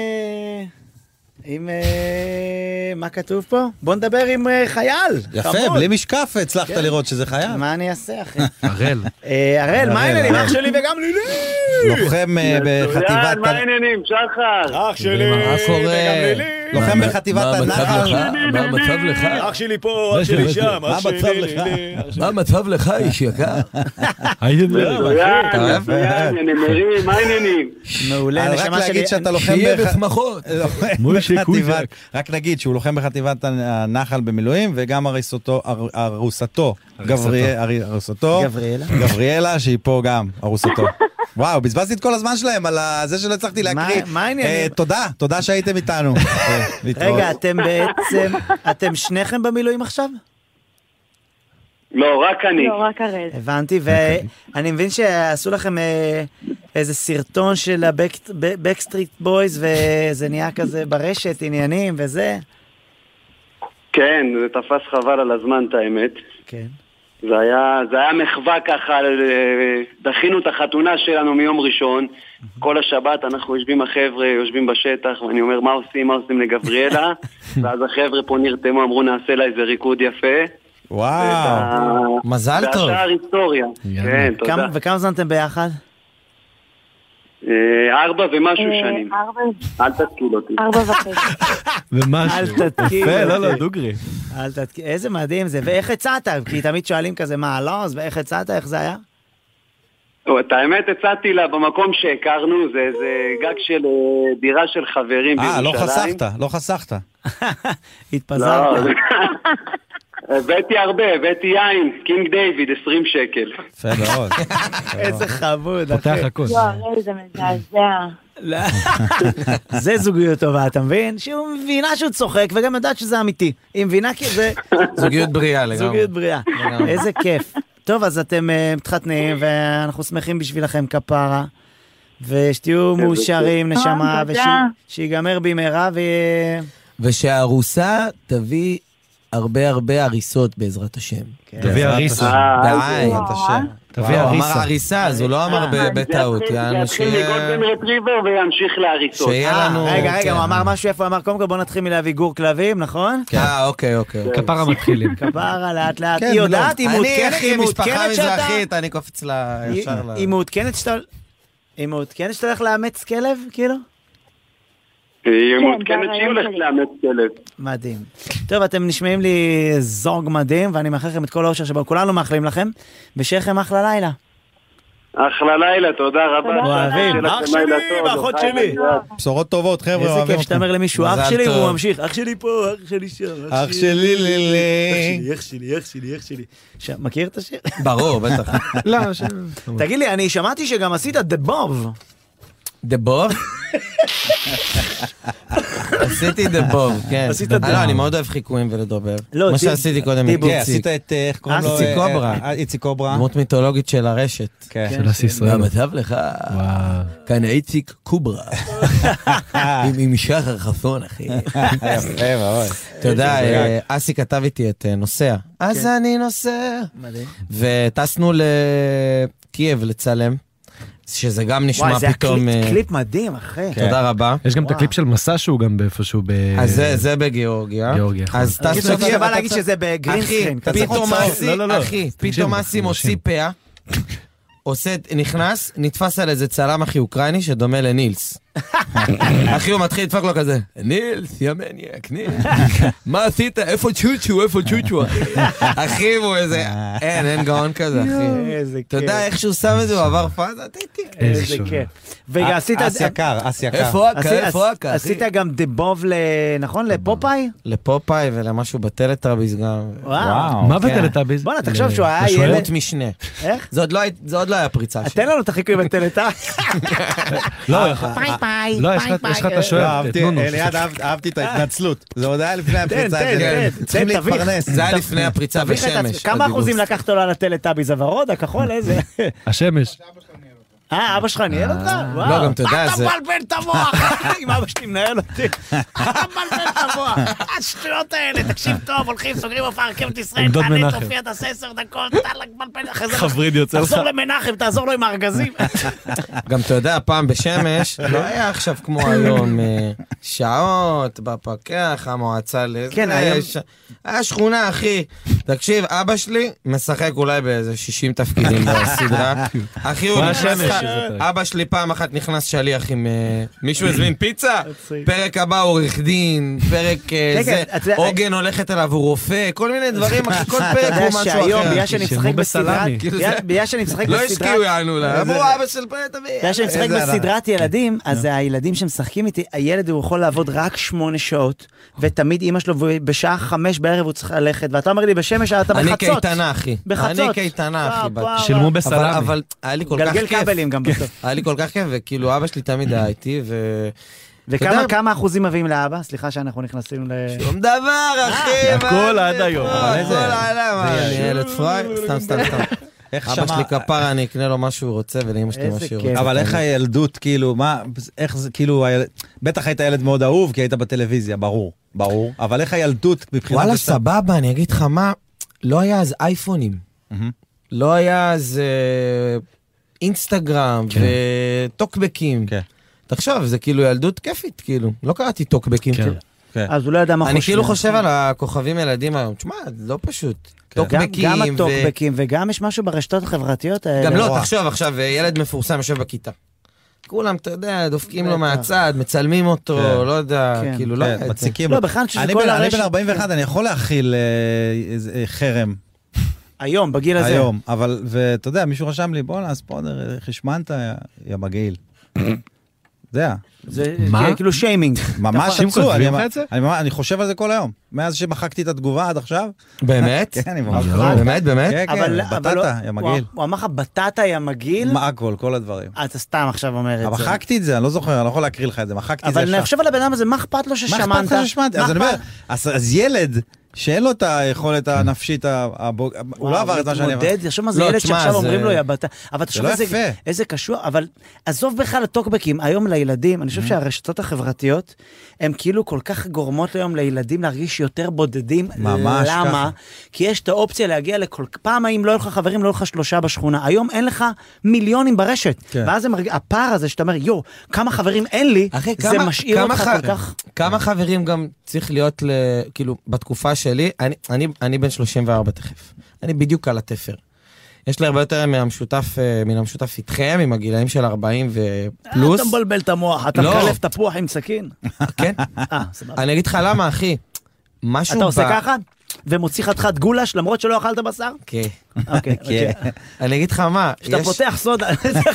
עם מה כתוב פה? בוא נדבר עם חייל. יפה, בלי משקף הצלחת לראות שזה חייל. מה אני אעשה, אחי? הראל, מה העניינים? אח שלי וגם לילי. לוחם בחטיבת... מה העניינים? שחר. אח שלי וגם לילי. לוחם בחטיבת הנחל. מה המצב לך? אח שלי פה, אח שלי שם. מה המצב לך? מה המצב לך, איש יקר? מה העניינים? מעולה, רק להגיד שאתה לוחם שיהיה בשמחות. רק נגיד שהוא לוחם בחטיבת הנחל במילואים, וגם ארוסתו, גבריאלה, שהיא פה גם, ארוסתו. וואו, בזבזתי את כל הזמן שלהם על זה שלא הצלחתי להקריא. מה העניינים? תודה שהייתם איתנו. רגע, אתם שניכם במילואים עכשיו? לא, רק אני. לא, רק הראל. הבנתי, ואני מבין שעשו לכם איזה סרטון של הבקסטריט בויז, וזה נהיה כזה ברשת, עניינים וזה. כן, זה תפס חבל על הזמן, את האמת. כן. זה היה מחווה ככה, דחינו את החתונה שלנו מיום ראשון, כל השבת אנחנו יושבים החבר'ה, יושבים בשטח, ואני אומר, מה עושים לגבריאלה? ואז החבר'ה פה נרתמו, אמרו, נעשה לה איזה ריקוד יפה. וואו, מזל טוב. והשאר היסטוריה. כן, תודה. וכמה זמן אתם ביחד? 4 ומשהו שנים. 4. אל תתקיל אותי. 4.5. ומשהו. אל תתקיל. לא, דוגרי. אל תתקיל. איזה מדהים זה. ואיך הצעת? כי תמיד שואלים כזה, מה, לא? אז ואיך הצעת? איך זה היה? את האמת הצעתי לה במקום שהכרנו, זה איזה גג של דירה של חברים בירושלים. לא חסכת. התפזרת. הבאתי הרבה, הבאתי יין, קינג דיוויד, 20 שקל. יפה מאוד. איזה חמוד, אחי. פותח הכל. זה מזעזע. זה זוגיות טובה, אתה מבין? שהוא מבינה שהוא צוחק, וגם יודעת שזה אמיתי. היא מבינה כי זה... זוגיות בריאה לגמרי. זוגיות בריאה. איזה כיף. טוב, אז אתם מתחתנים, ואנחנו שמחים בשבילכם כפרה. ושתהיו מאושרים, נשמה, ושיגמר במהרה, ושהארוסה תביא הרבה הרבה הריסות בעזרת השם. תביא הריסה. בעין. תביא הוא אמר הריסה. הריסה, אז הוא לא אמר בטעות. יתחיל מגולדן רטריבר וימשיך להריסות. שיהיה לנו... רגע, הוא אמר משהו איפה, הוא אמר, קודם כל בוא נתחיל מלהביא גור כלבים, נכון? אוקיי. כפרה מתחילים. כפרה לאט לאט. היא יודעת, היא מעודכנת שאתה... אני קופץ לה ישר לה... היא מעודכנת שאתה הולך לאמץ כלב, כאילו? היא מעודכנת שהיא הולכת לאמץ כלב. מדהים. טוב, אתם נשמעים לי זוג מדהים, ואני מאחל לכם את כל האושר שבו כולנו מאחלים לכם, ושיהיה לכם אחלה לילה. אחלה לילה, תודה רבה. אוהבים, אח שלי, אחות שלי. בשורות טובות, חבר'ה, איזה אוהבים כיף שאתה אומר למישהו, אח שלי, והוא ממשיך, אח שלי פה, אח שלי שם. אח שלי לילי. אח שלי. מכיר את השיר? ברור, בטח. לא, תגיד לי, אני שמעתי שגם עשית דה בוב. דה בוב? עשיתי דה בוב, כן. אני מאוד אוהב חיקויים ולדובב. מה שעשיתי קודם. עשית את, איך קוראים לו? איציק קוברה. איציק קוברה. דמות מיתולוגית של הרשת. של הסיסראים. במצב לך. כאן איציק קוברה. עם שחר חסון, אחי. יפה מאוד. אתה יודע, אסי כתב איתי את נוסע. אז אני נוסע. וטסנו לקייב לצלם. שזה גם נשמע פתאום... וואי, זה קליפ מדהים, אחי. תודה רבה. יש גם את הקליפ של מסע שהוא גם באיפשהו אז זה בגיאורגיה. אז טסנו... אתה בא להגיד שזה בגרינסקרין. פתאום אסי מוציא פאה, נכנס, נתפס על איזה צלם אחי אוקראיני שדומה לנילס. אחי הוא מתחיל לדפק לו כזה, נילס, יא מניאק, נילס. מה עשית? איפה צ'וצ'ו? אחי הוא איזה, אין גאון כזה, אחי. אתה יודע איך שהוא שם את זה, הוא עבר פאזה? איזה כיף. אס יקר. איפה הקר? עשית גם דבוב, נכון? לפופאי? לפופאי ולמשהו בטלטאביס גם. וואו. מה בטלטאביס? בוא'נה, תחשוב שהוא היה ילד... משמעות משנה. איך? זה עוד לא היה פריצה. תן לנו את החיקוי בטלטאביס. לא, יש לך את השואלת. אליעד, אהבתי את ההתנצלות. זה עוד היה לפני הפריצה. צריכים להתפרנס. זה היה לפני הפריצה בשמש. כמה אחוזים לקחת לו על הטלטאביס? הוורוד, הכחול, איזה? השמש. אבא שלך ניהל אותך? לא, גם אתה יודע, אתה מבלבל את המוח! אם אבא שלי מנהל אותי. אתה מבלבל את המוח. השטויות האלה, תקשיב טוב, הולכים, סוגרים אופן רכבת ישראל, תעלה, תופיע, תעשה 10 דקות, תעלה, מבלבל, אחרי זה... חבריד יוצא לך. תחזור למנחם, תעזור לו עם הארגזים. גם אתה יודע, פעם בשמש, לא היה עכשיו כמו היום שעות, בפקח, המועצה לזה. כן, היה שכונה, אחי. תקשיב, אבא שלי משחק אולי באיזה 60 תפקידים בסדרה. אחי, הוא נכנס... אבא שלי פעם אחת נכנס שליח עם מישהו הזמין פיצה, פרק הבא עורך דין, פרק זה, עוגן הולכת אליו, הוא רופא, כל מיני דברים, כל פרק הוא משהו אחר. שהיום, בגלל שאני משחק בסדרת, לא השקיעו יענו לה, אמרו אבא של פרק, בגלל שאני משחק בסדרת ילדים, אז הילדים שמשחקים איתי, הילד הוא יכול לעבוד רק 8 שעות, ותמיד אמא שלו בשעה 5 בערב הוא צריך ללכת, ואתה אומר לי בשמש אתה בחצות. אני קייטנה אחי, אני קייטנה אחי, שילמו בסלאמי. אבל היה לי כל כך כיף. היה לי כל כך כיף, וכאילו אבא שלי תמיד היה איתי, וכמה אחוזים מביאים לאבא? סליחה שאנחנו נכנסים שום דבר, אחי. הכל עד היום. הכל עד היום. אני ילד פריי, סתם. אבא שלי כפרה, אני אקנה לו מה שהוא רוצה, ולאמא שלי מה שהוא רוצה. אבל איך הילדות, כאילו, איך זה, כאילו, בטח היית ילד מאוד אהוב, כי היית בטלוויזיה, ברור. אבל איך הילדות מבחינת... וואלה, סבבה, אני אגיד לך מה, לא היה אז אייפונים. לא היה אז אינסטגרם וטוקבקים. תחשוב, זה כאילו ילדות כיפית, כאילו. לא קראתי טוקבקים. אז הוא לא ידע מה חושב. אני כאילו חושב על הכוכבים ילדים היום. תשמע, לא פשוט. טוקבקים. גם הטוקבקים, וגם יש משהו ברשתות החברתיות האלה. גם לא, תחשוב, עכשיו ילד מפורסם יושב בכיתה. כולם, אתה יודע, דופקים לו מהצד, מצלמים אותו, לא יודע, כאילו, לא יודע. מציקים. אני בן 41, אני יכול להכיל חרם. היום, בגיל הזה. היום, אבל, ואתה יודע, מישהו רשם לי, בוא נעס פונר, חשמנת, יא מגעיל. זה כאילו שיימינג. ממש עצוב, אני חושב על זה כל היום. מאז שמחקתי את התגובה עד עכשיו. באמת? כן, אני ממש. באמת, באמת? כן, כן, בטטה, יא מגעיל. הוא אמר לך בטטה יא מגעיל? הכל, כל הדברים. אתה סתם עכשיו אומר את זה. מחקתי את זה, אני לא זוכר, אני לא יכול להקריא לך את זה, מחקתי את זה. אבל נחשב על הבן אדם הזה, מה אכפת לו ששמנת? מה אכפת לך ששמנת? אז אני אומר, אז ילד שאין לו את היכולת הנפשית, הוא לא עבר את מה שאני עבר. תחשוב מה זה ילד שעכשיו אומרים לו יבטה. אבל תחשוב איזה קשור, אבל עזוב בכלל לטוקבקים, היום לילדים, אני חושב שהרשתות החברתיות, הם כאילו כל כך גורמות היום לילדים להרגיש יותר בודדים. ממש ככה. למה? כי יש את האופציה להגיע לכל פעם, אם לא יהיו לך חברים, לא יהיו לך 3 בשכונה. היום אין לך מיליונים ברשת. ואז הפער הזה שאתה אומר, יו, כמה חברים אין לי, זה משאיר אותך כל כך. כמה חברים גם צריך להיות, כאילו, בתקופה שלי, אני בן 34 תכף. אני בדיוק על התפר. יש לי הרבה יותר מן המשותף איתכם, עם הגילאים של 40 ופלוס. אתה מבלבל את המוח, אתה מקלף תפוח עם סכין. כן? אני אגיד לך למה, אחי. אתה עושה ככה? ומוציא חתיכת גולש, למרות שלא אכלת בשר? כן. אני אגיד לך מה. שאתה פותח סודה.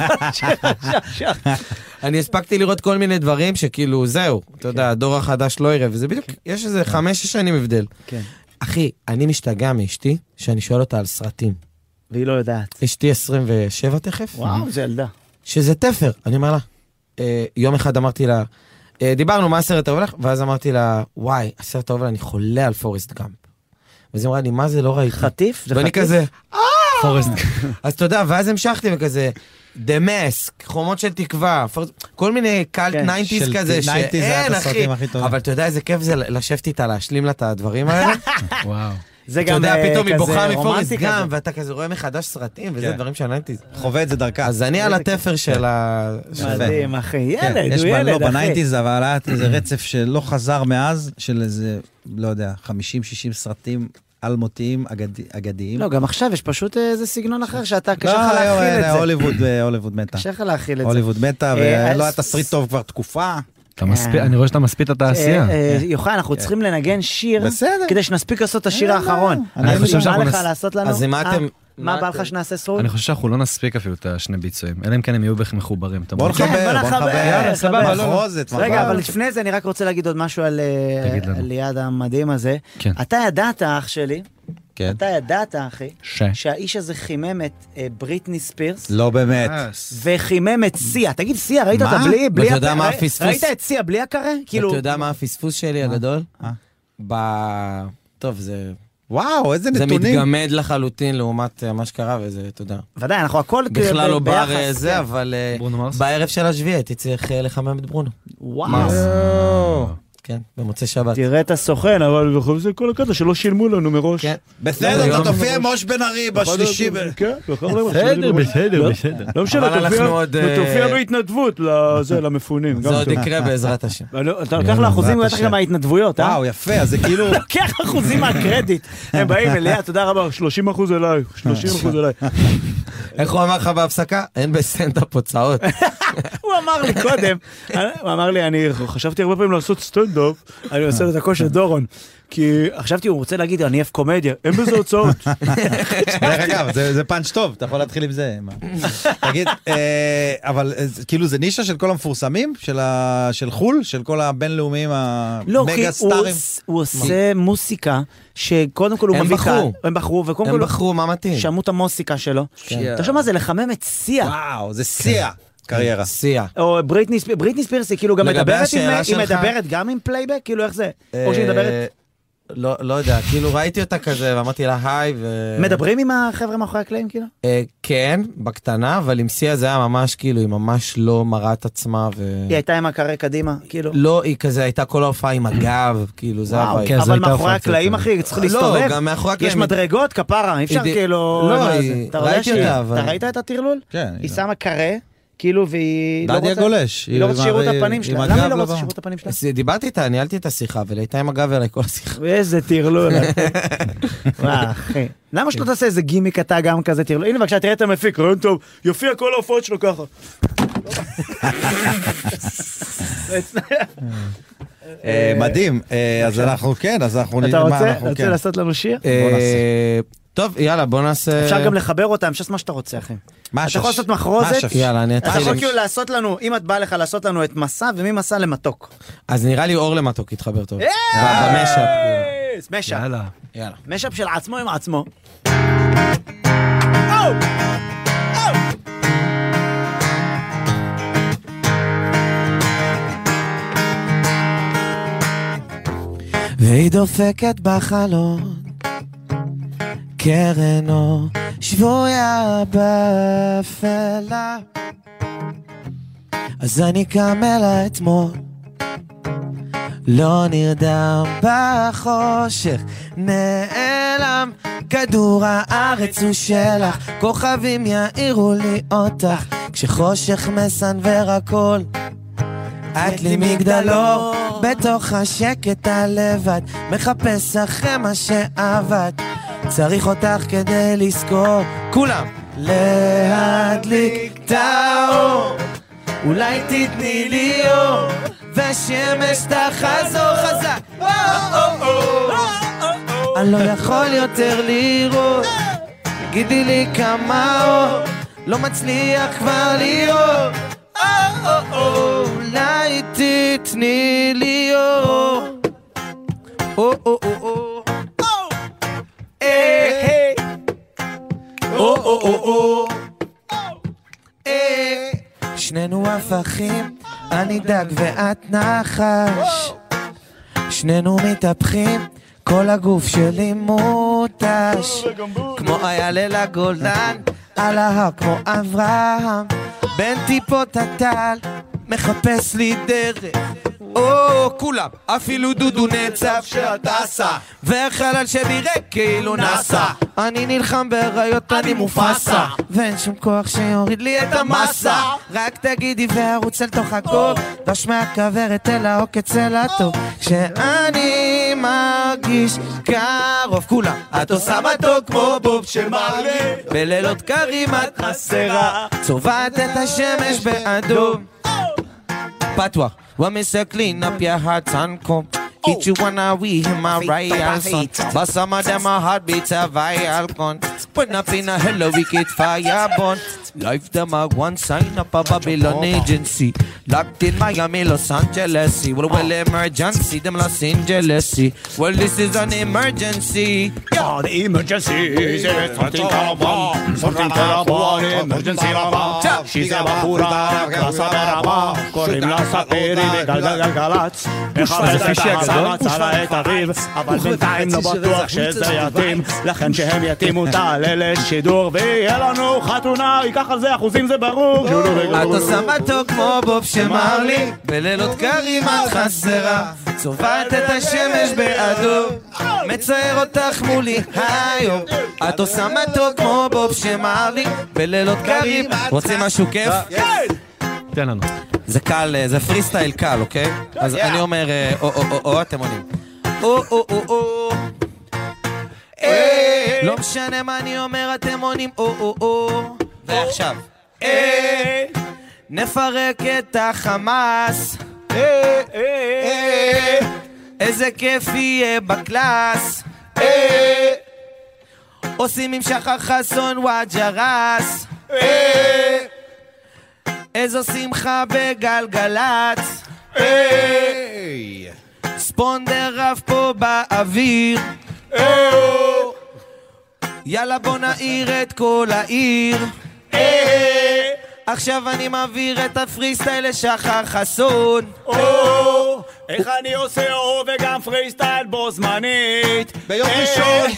אני הספקתי לראות כל מיני דברים שכאילו, זהו, אתה יודע, הדור החדש לא יראה, וזה בדיוק, יש איזה 5-6 שנים הבדל. אחי, אני משתגע מאשתי, שאני שואל אותה על סרטים. והיא לא יודעת. אשתי 27 תכף. וואו, זה ילדה. שזה תפר, אני אומר לה. יום אחד אמרתי לה, דיברנו מה הסרט האהוב לך, ואז אמרתי לה, וואי, הסרט האהוב לה, אני חולה על פורסט גאמפ. ואז היא אמרה לי, מה זה לא ראיתי? חטיף? ואני כזה, פורסט גאמפ. אז אתה יודע, ואז המשכתי וכזה, The Mask, חומות של תקווה, כל מיני קלט 90s כזה, שאין אחי. אבל אתה יודע איזה כיף זה לשבת איתה, להשלים לה את הדברים האלה? וואו. זה גם כזה רומנטי. אתה יודע, פתאום היא בוכה מפורסט גאמפ, ואתה כזה רואה מחדש סרטים, וזה דברים של 90s. חווה את זה דרכה. אז אני על התפר של ה... מדהים, אחי, ילד, הוא ילד, אחי. ב-90s, אבל היה איזה רצף שלא חזר מאז, של איזה, לא יודע, 50-60 סרטים אלמותיים, אגדיים. לא, גם עכשיו יש פשוט איזה סגנון אחר, שאתה קשה לך להכיל את זה. הוליווד מתה. קשה לך להכיל את זה. הוליווד מתה, ולא היה תסריט טוב כבר תקופה. אני רואה שאתה מספיק את התעשייה. יוחאי, אנחנו צריכים לנגן שיר, כדי שנספיק לעשות את השיר האחרון. אני חושב שאנחנו מה לך לעשות לנו? אז מה אתם... מה בא לך שנעשה סרוד? אני חושב שאנחנו לא נספיק אפילו את השני ביצועים, אלא אם כן הם יהיו בכך מחוברים. בוא נחבר. רגע, אבל לפני זה אני רק רוצה להגיד עוד משהו על ליד המדהים הזה. אתה ידעת, אח שלי, אתה ידעת, אחי, שהאיש הזה חימם את בריטני ספירס. לא באמת. וחימם את סיה. תגיד, סיה, ראית אותה בלי... אתה יודע מה הפספוס? ראית את סיה בלי הקרה? אתה יודע מה הפספוס שלי הגדול? טוב, זה... וואו, איזה נתונים. זה מתגמד לחלוטין לעומת מה שקרה, וזה, תודה. ודאי, אנחנו הכל בכלל לא בר זה, אבל בערב של השביעי הייתי צריך לחמם את ברונו. וואו. כן, במוצא שבת. תראה את הסוכן, אבל בכל זה כל הקטע שלא שילמו לנו מראש. בסדר, אתה תופיע מוש בן ארי בשלישי. כן, בסדר. לא משנה, תופיע בהתנדבות למפונים. זה עוד יקרה בעזרת השם. אתה לוקח לאחוזים בטח גם מההתנדבויות, וואו, יפה, אז זה כאילו... לוקח אחוזים מהקרדיט. הם באים אליה, תודה רבה, 30% אליי, 30% אליי. איך הוא אמר לך בהפסקה? אין בסטנדאפ הוצאות. הוא אמר לי קודם, הוא אמר לי, אני חשבתי הרבה פעמים לעשות סטנדאפ, אני עושה לו את הכל של דורון, כי חשבתי, הוא רוצה להגיד, אני אוהב קומדיה, אין בזה הוצאות. דרך אגב, זה פאנץ' טוב, אתה יכול להתחיל עם זה. תגיד, אבל כאילו זה נישה של כל המפורסמים, של חול, של כל הבינלאומיים המגה סטארים? לא, כי הוא עושה מוסיקה, שקודם כל הוא מביא קהל. הם בחרו, מה מתאים? שמעו את המוסיקה שלו. תחשוב מה זה, לחמם את סיה. וואו, זה סיה. קריירה. סיה. או בריטני ספירס, היא כאילו גם מדברת היא מדברת גם עם פלייבק? כאילו איך זה? או שהיא מדברת? לא יודע, כאילו ראיתי אותה כזה ואמרתי לה היי מדברים עם החבר'ה מאחורי הקלעים כאילו? כן, בקטנה, אבל עם סיה זה היה ממש כאילו, היא ממש לא מראה את עצמה היא הייתה עם הקרא קדימה, כאילו? לא, היא כזה הייתה כל ההופעה עם הגב, כאילו זה הוואי. אבל מאחורי הקלעים אחי, צריך להסתובב? לא, גם מאחורי הקלעים. יש מדרגות, כפרה, אי אפשר כאילו... לא, ראיתי אותה, אבל... אתה ראית את הטרלול? כן. היא שמה קרא כאילו, והיא דדיה גולש. היא לא רוצה שירות הפנים שלה. למה היא לא רוצה שירות הפנים שלה? דיברתי איתה, ניהלתי את השיחה, ולהייתה עם הגב אליי כל השיחה. ואיזה תרלול. וואו, אחי. למה שלא תעשה איזה גימיק אתה גם כזה תרלול? הנה, בבקשה, תראה את המפיק, רעיון טוב. יופיע כל ההופעות שלו ככה. מדהים. אז אנחנו כן, אז אנחנו... אתה רוצה לעשות לנו שיר? טוב, יאללה, בוא נעשה... אפשר גם לחבר אותם, שס מה שאתה רוצה, אחי. אתה יכול לעשות מחרוזת. יאללה, אני אתחיל. אתה יכול כאילו לעשות לנו, אם את באה לך לעשות לנו את מסע, וממסע למתוק. אז נראה לי אור למתוק יתחבר טוב. במשאפ. משאפ. יאללה. משאפ של עצמו עם עצמו. והיא דופקת בחלון קרן אור שבויה באפלה אז אני קם אלה אתמול לא נרדם בחושך נעלם כדור הארץ הוא שלך כוכבים יאירו לי אותך כשחושך מסנבר הכל את לי מגדלור בתוך השקט הלבד מחפש אחרי מה שעבד צריך אותך כדי לזכור כולם להדליק את האור אולי תתני לי אור ושמש תחזור חזק אני לא יכול יותר לראות תגידי לי כמה אור לא מצליח כבר לראות אולי תתני לי אור שנינו הפכים אני דג ואת נחש שנינו מתהפכים כל הגוף שלי מוטש כמו אייל הגולן על ההר כמו אברהם בין טיפות הטל מחפש לי דרך כולם אפילו דודו נצף שאת עשה והחלל שלי ריק כאילו נסע אני נלחם בהריות אני מופסה ואין שום כוח שיוריד לי את המסה רק תגידי וערוץ אל תוך הכל תשמע כברת אל העוקץ אל הטוב כשאני מרגיש קרוב כולם את עושה מתוק כמו בוב שמעלה בלילות קרים את חסרה צובעת את השמש באדום פתוח When me say clean up your hearts and come Each one of we in my royal son But some of them are heartbeats of vile gun Put up in a hell of wicked fire burn Life them a one sign up a Babylon agency Locked in Miami, Los Angeles Well, emergency, them Los Angeles Well, this is an emergency Yeah, the emergency is something terrible Something terrible, emergency רבה שזה בחורה, קלאסה ברמה קוראים לה ספירי וגלגלגלץ מחפש את החלץ על העת הריב אבל בינתיים לא בטוח שזה יתאים לכן שהם יתימו תעלה לשידור ויהיה לנו חתונה ייקח על זה אחוזים זה ברור את עושה מתוק כמו בוב שמר לי בלילות קרים את חסרה צובעת את השמש באדום מצייר אותך מולי היום את עושה מתוק כמו בוב שמר לי בלילות קרים רוצים משהו כיף? תן לנו זה קל, זה פרי סטייל קל, אוקיי? אז אני אומר או אתם עונים או לא משנה מה אני אומר אתם עונים או ועכשיו נפרק את החמאס איזה כיף יהיה בקלאס עושים עם שחר חסון וג'רס איזו שמחה בגלגלץ ספונדר רב פה באוויר יאללה בוא נעיר את כל העיר עכשיו אני מעביר את הפרי סטייל לשחר חסון איך אני עושה או וגם פרי סטייל בו זמנית ביום ראשון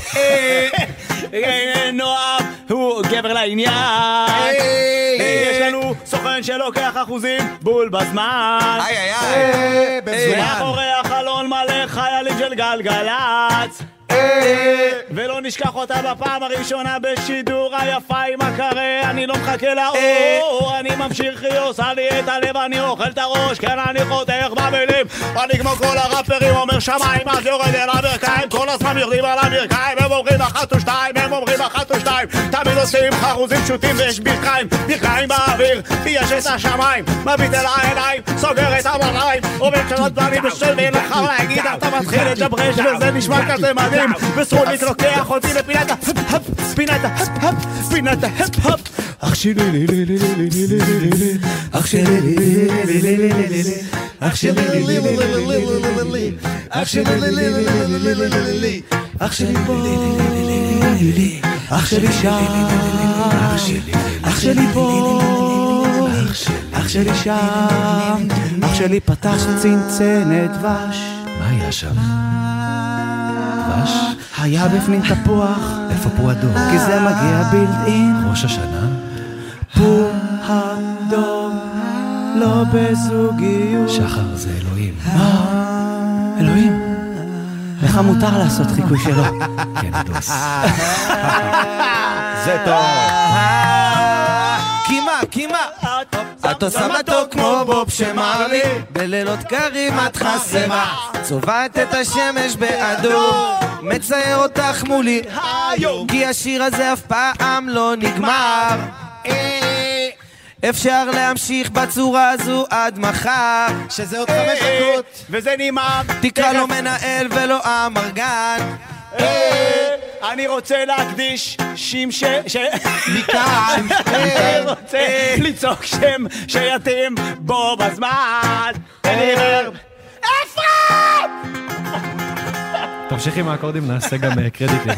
נועם הוא גבר לעניין יש לנו סוכן שלוקח אחוזים בול בזמן מאחורי החלון מלא חיילים של גלגלץ ולא נשכח אותה בפעם הראשונה בשידור היפה עם הקרה אני לא מחכה לאור אני ממשיך היא עושה לי את הלב אני אוכל את הראש כן אני חותך במילים אני כמו כל הראפרים אומר שמיים אז יורד אל הברכיים כל הזמן יורדים על הברכיים הם אומרים אחת ושתיים הם אומרים אחת ושתיים תמיד עושים חרוזים פשוטים ויש ברכיים באוויר יש את השמיים מביט אל העיניים סוגר את המראים עובד שנות דברים בשל ואין לך חם להגיד, אתה מתחיל לג'ברש וזה נשמע כזה מדהים, וסרונית לוקח אותי לפינת פינת ההפ-הפ. אח שלי לי לי לי לי לי לי לי לי אח שלי לי לי לי לי לי לי לי אח שלי לי לי לי לי לי לי אח שלי לי לי לי לי לי אח שלי פה אח שלי שם אח שלי פה אח שלי שם אח שלי פתח צנצנת דבש. מה היה שם? דבש? היה בפנים תפוח. איפה פועדו? כי זה מגיע בילדין. ראש השנה? פועדו לא בזוגיות. שחר זה אלוהים. אלוהים, לך מותר לעשות חיקוי שלו. כן, דוס. זה טוב. קימה את עושה מתוק כמו בוב שמרלי, בלילות קרים את חסמה, צובעת את השמש באדום, מצייר אותך מולי כי השיר הזה אף פעם לא נגמר. אפשר להמשיך בצורה הזו עד מחר, שזה עוד 5 דקות וזה נגמר. תקרא לו מנהל ולא אמרגן. אני רוצה להקדיש שם מכאן אני רוצה לצעוק שם שיתאים בו בזמן. אני אומר אפרת! תמשיך עם האקורדים, נעשה גם קרדיטים.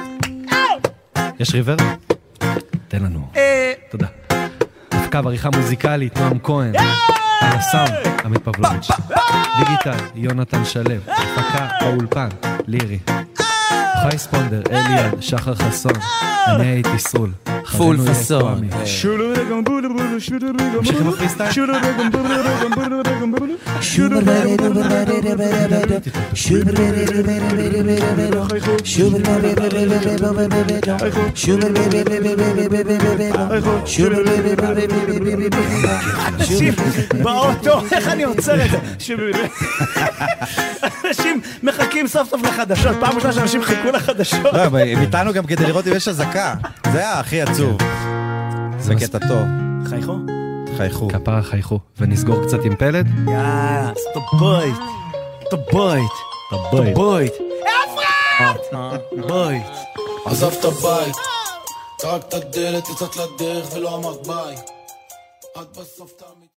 יש ריבר? תן לנו. תודה. הפקה ועריכה מוזיקלית, נועם כהן. על הסאונד, עמית פבלוביץ'. דיגיטל, יונתן שלו. הפקה באולפן, לירי. חי ספונדר, אליאן, שחר חסון. אני הייתי סול. פול פסון. ממשיך עם הפריסטייל? אנשים באוטו, איך אני עוצר את זה? אנשים מחכים סוף סוף לחדשות, פעם ראשונה שאנשים חיכו לחדשות. לא, אבל הם איתנו גם כדי לראות אם יש הזקה. זה היה הכי עצוב. זה קטע טוב. חייכו? חייכו. כפרה חייכו. ונסגור קצת עם פלד? יאללה, סטובויט. סטובויט. סטובויט. אפרת! בויט. עזב את הבית, טרק את הדלת, יצאת לדרך ולא אמרת ביי. עד בסוף תמיד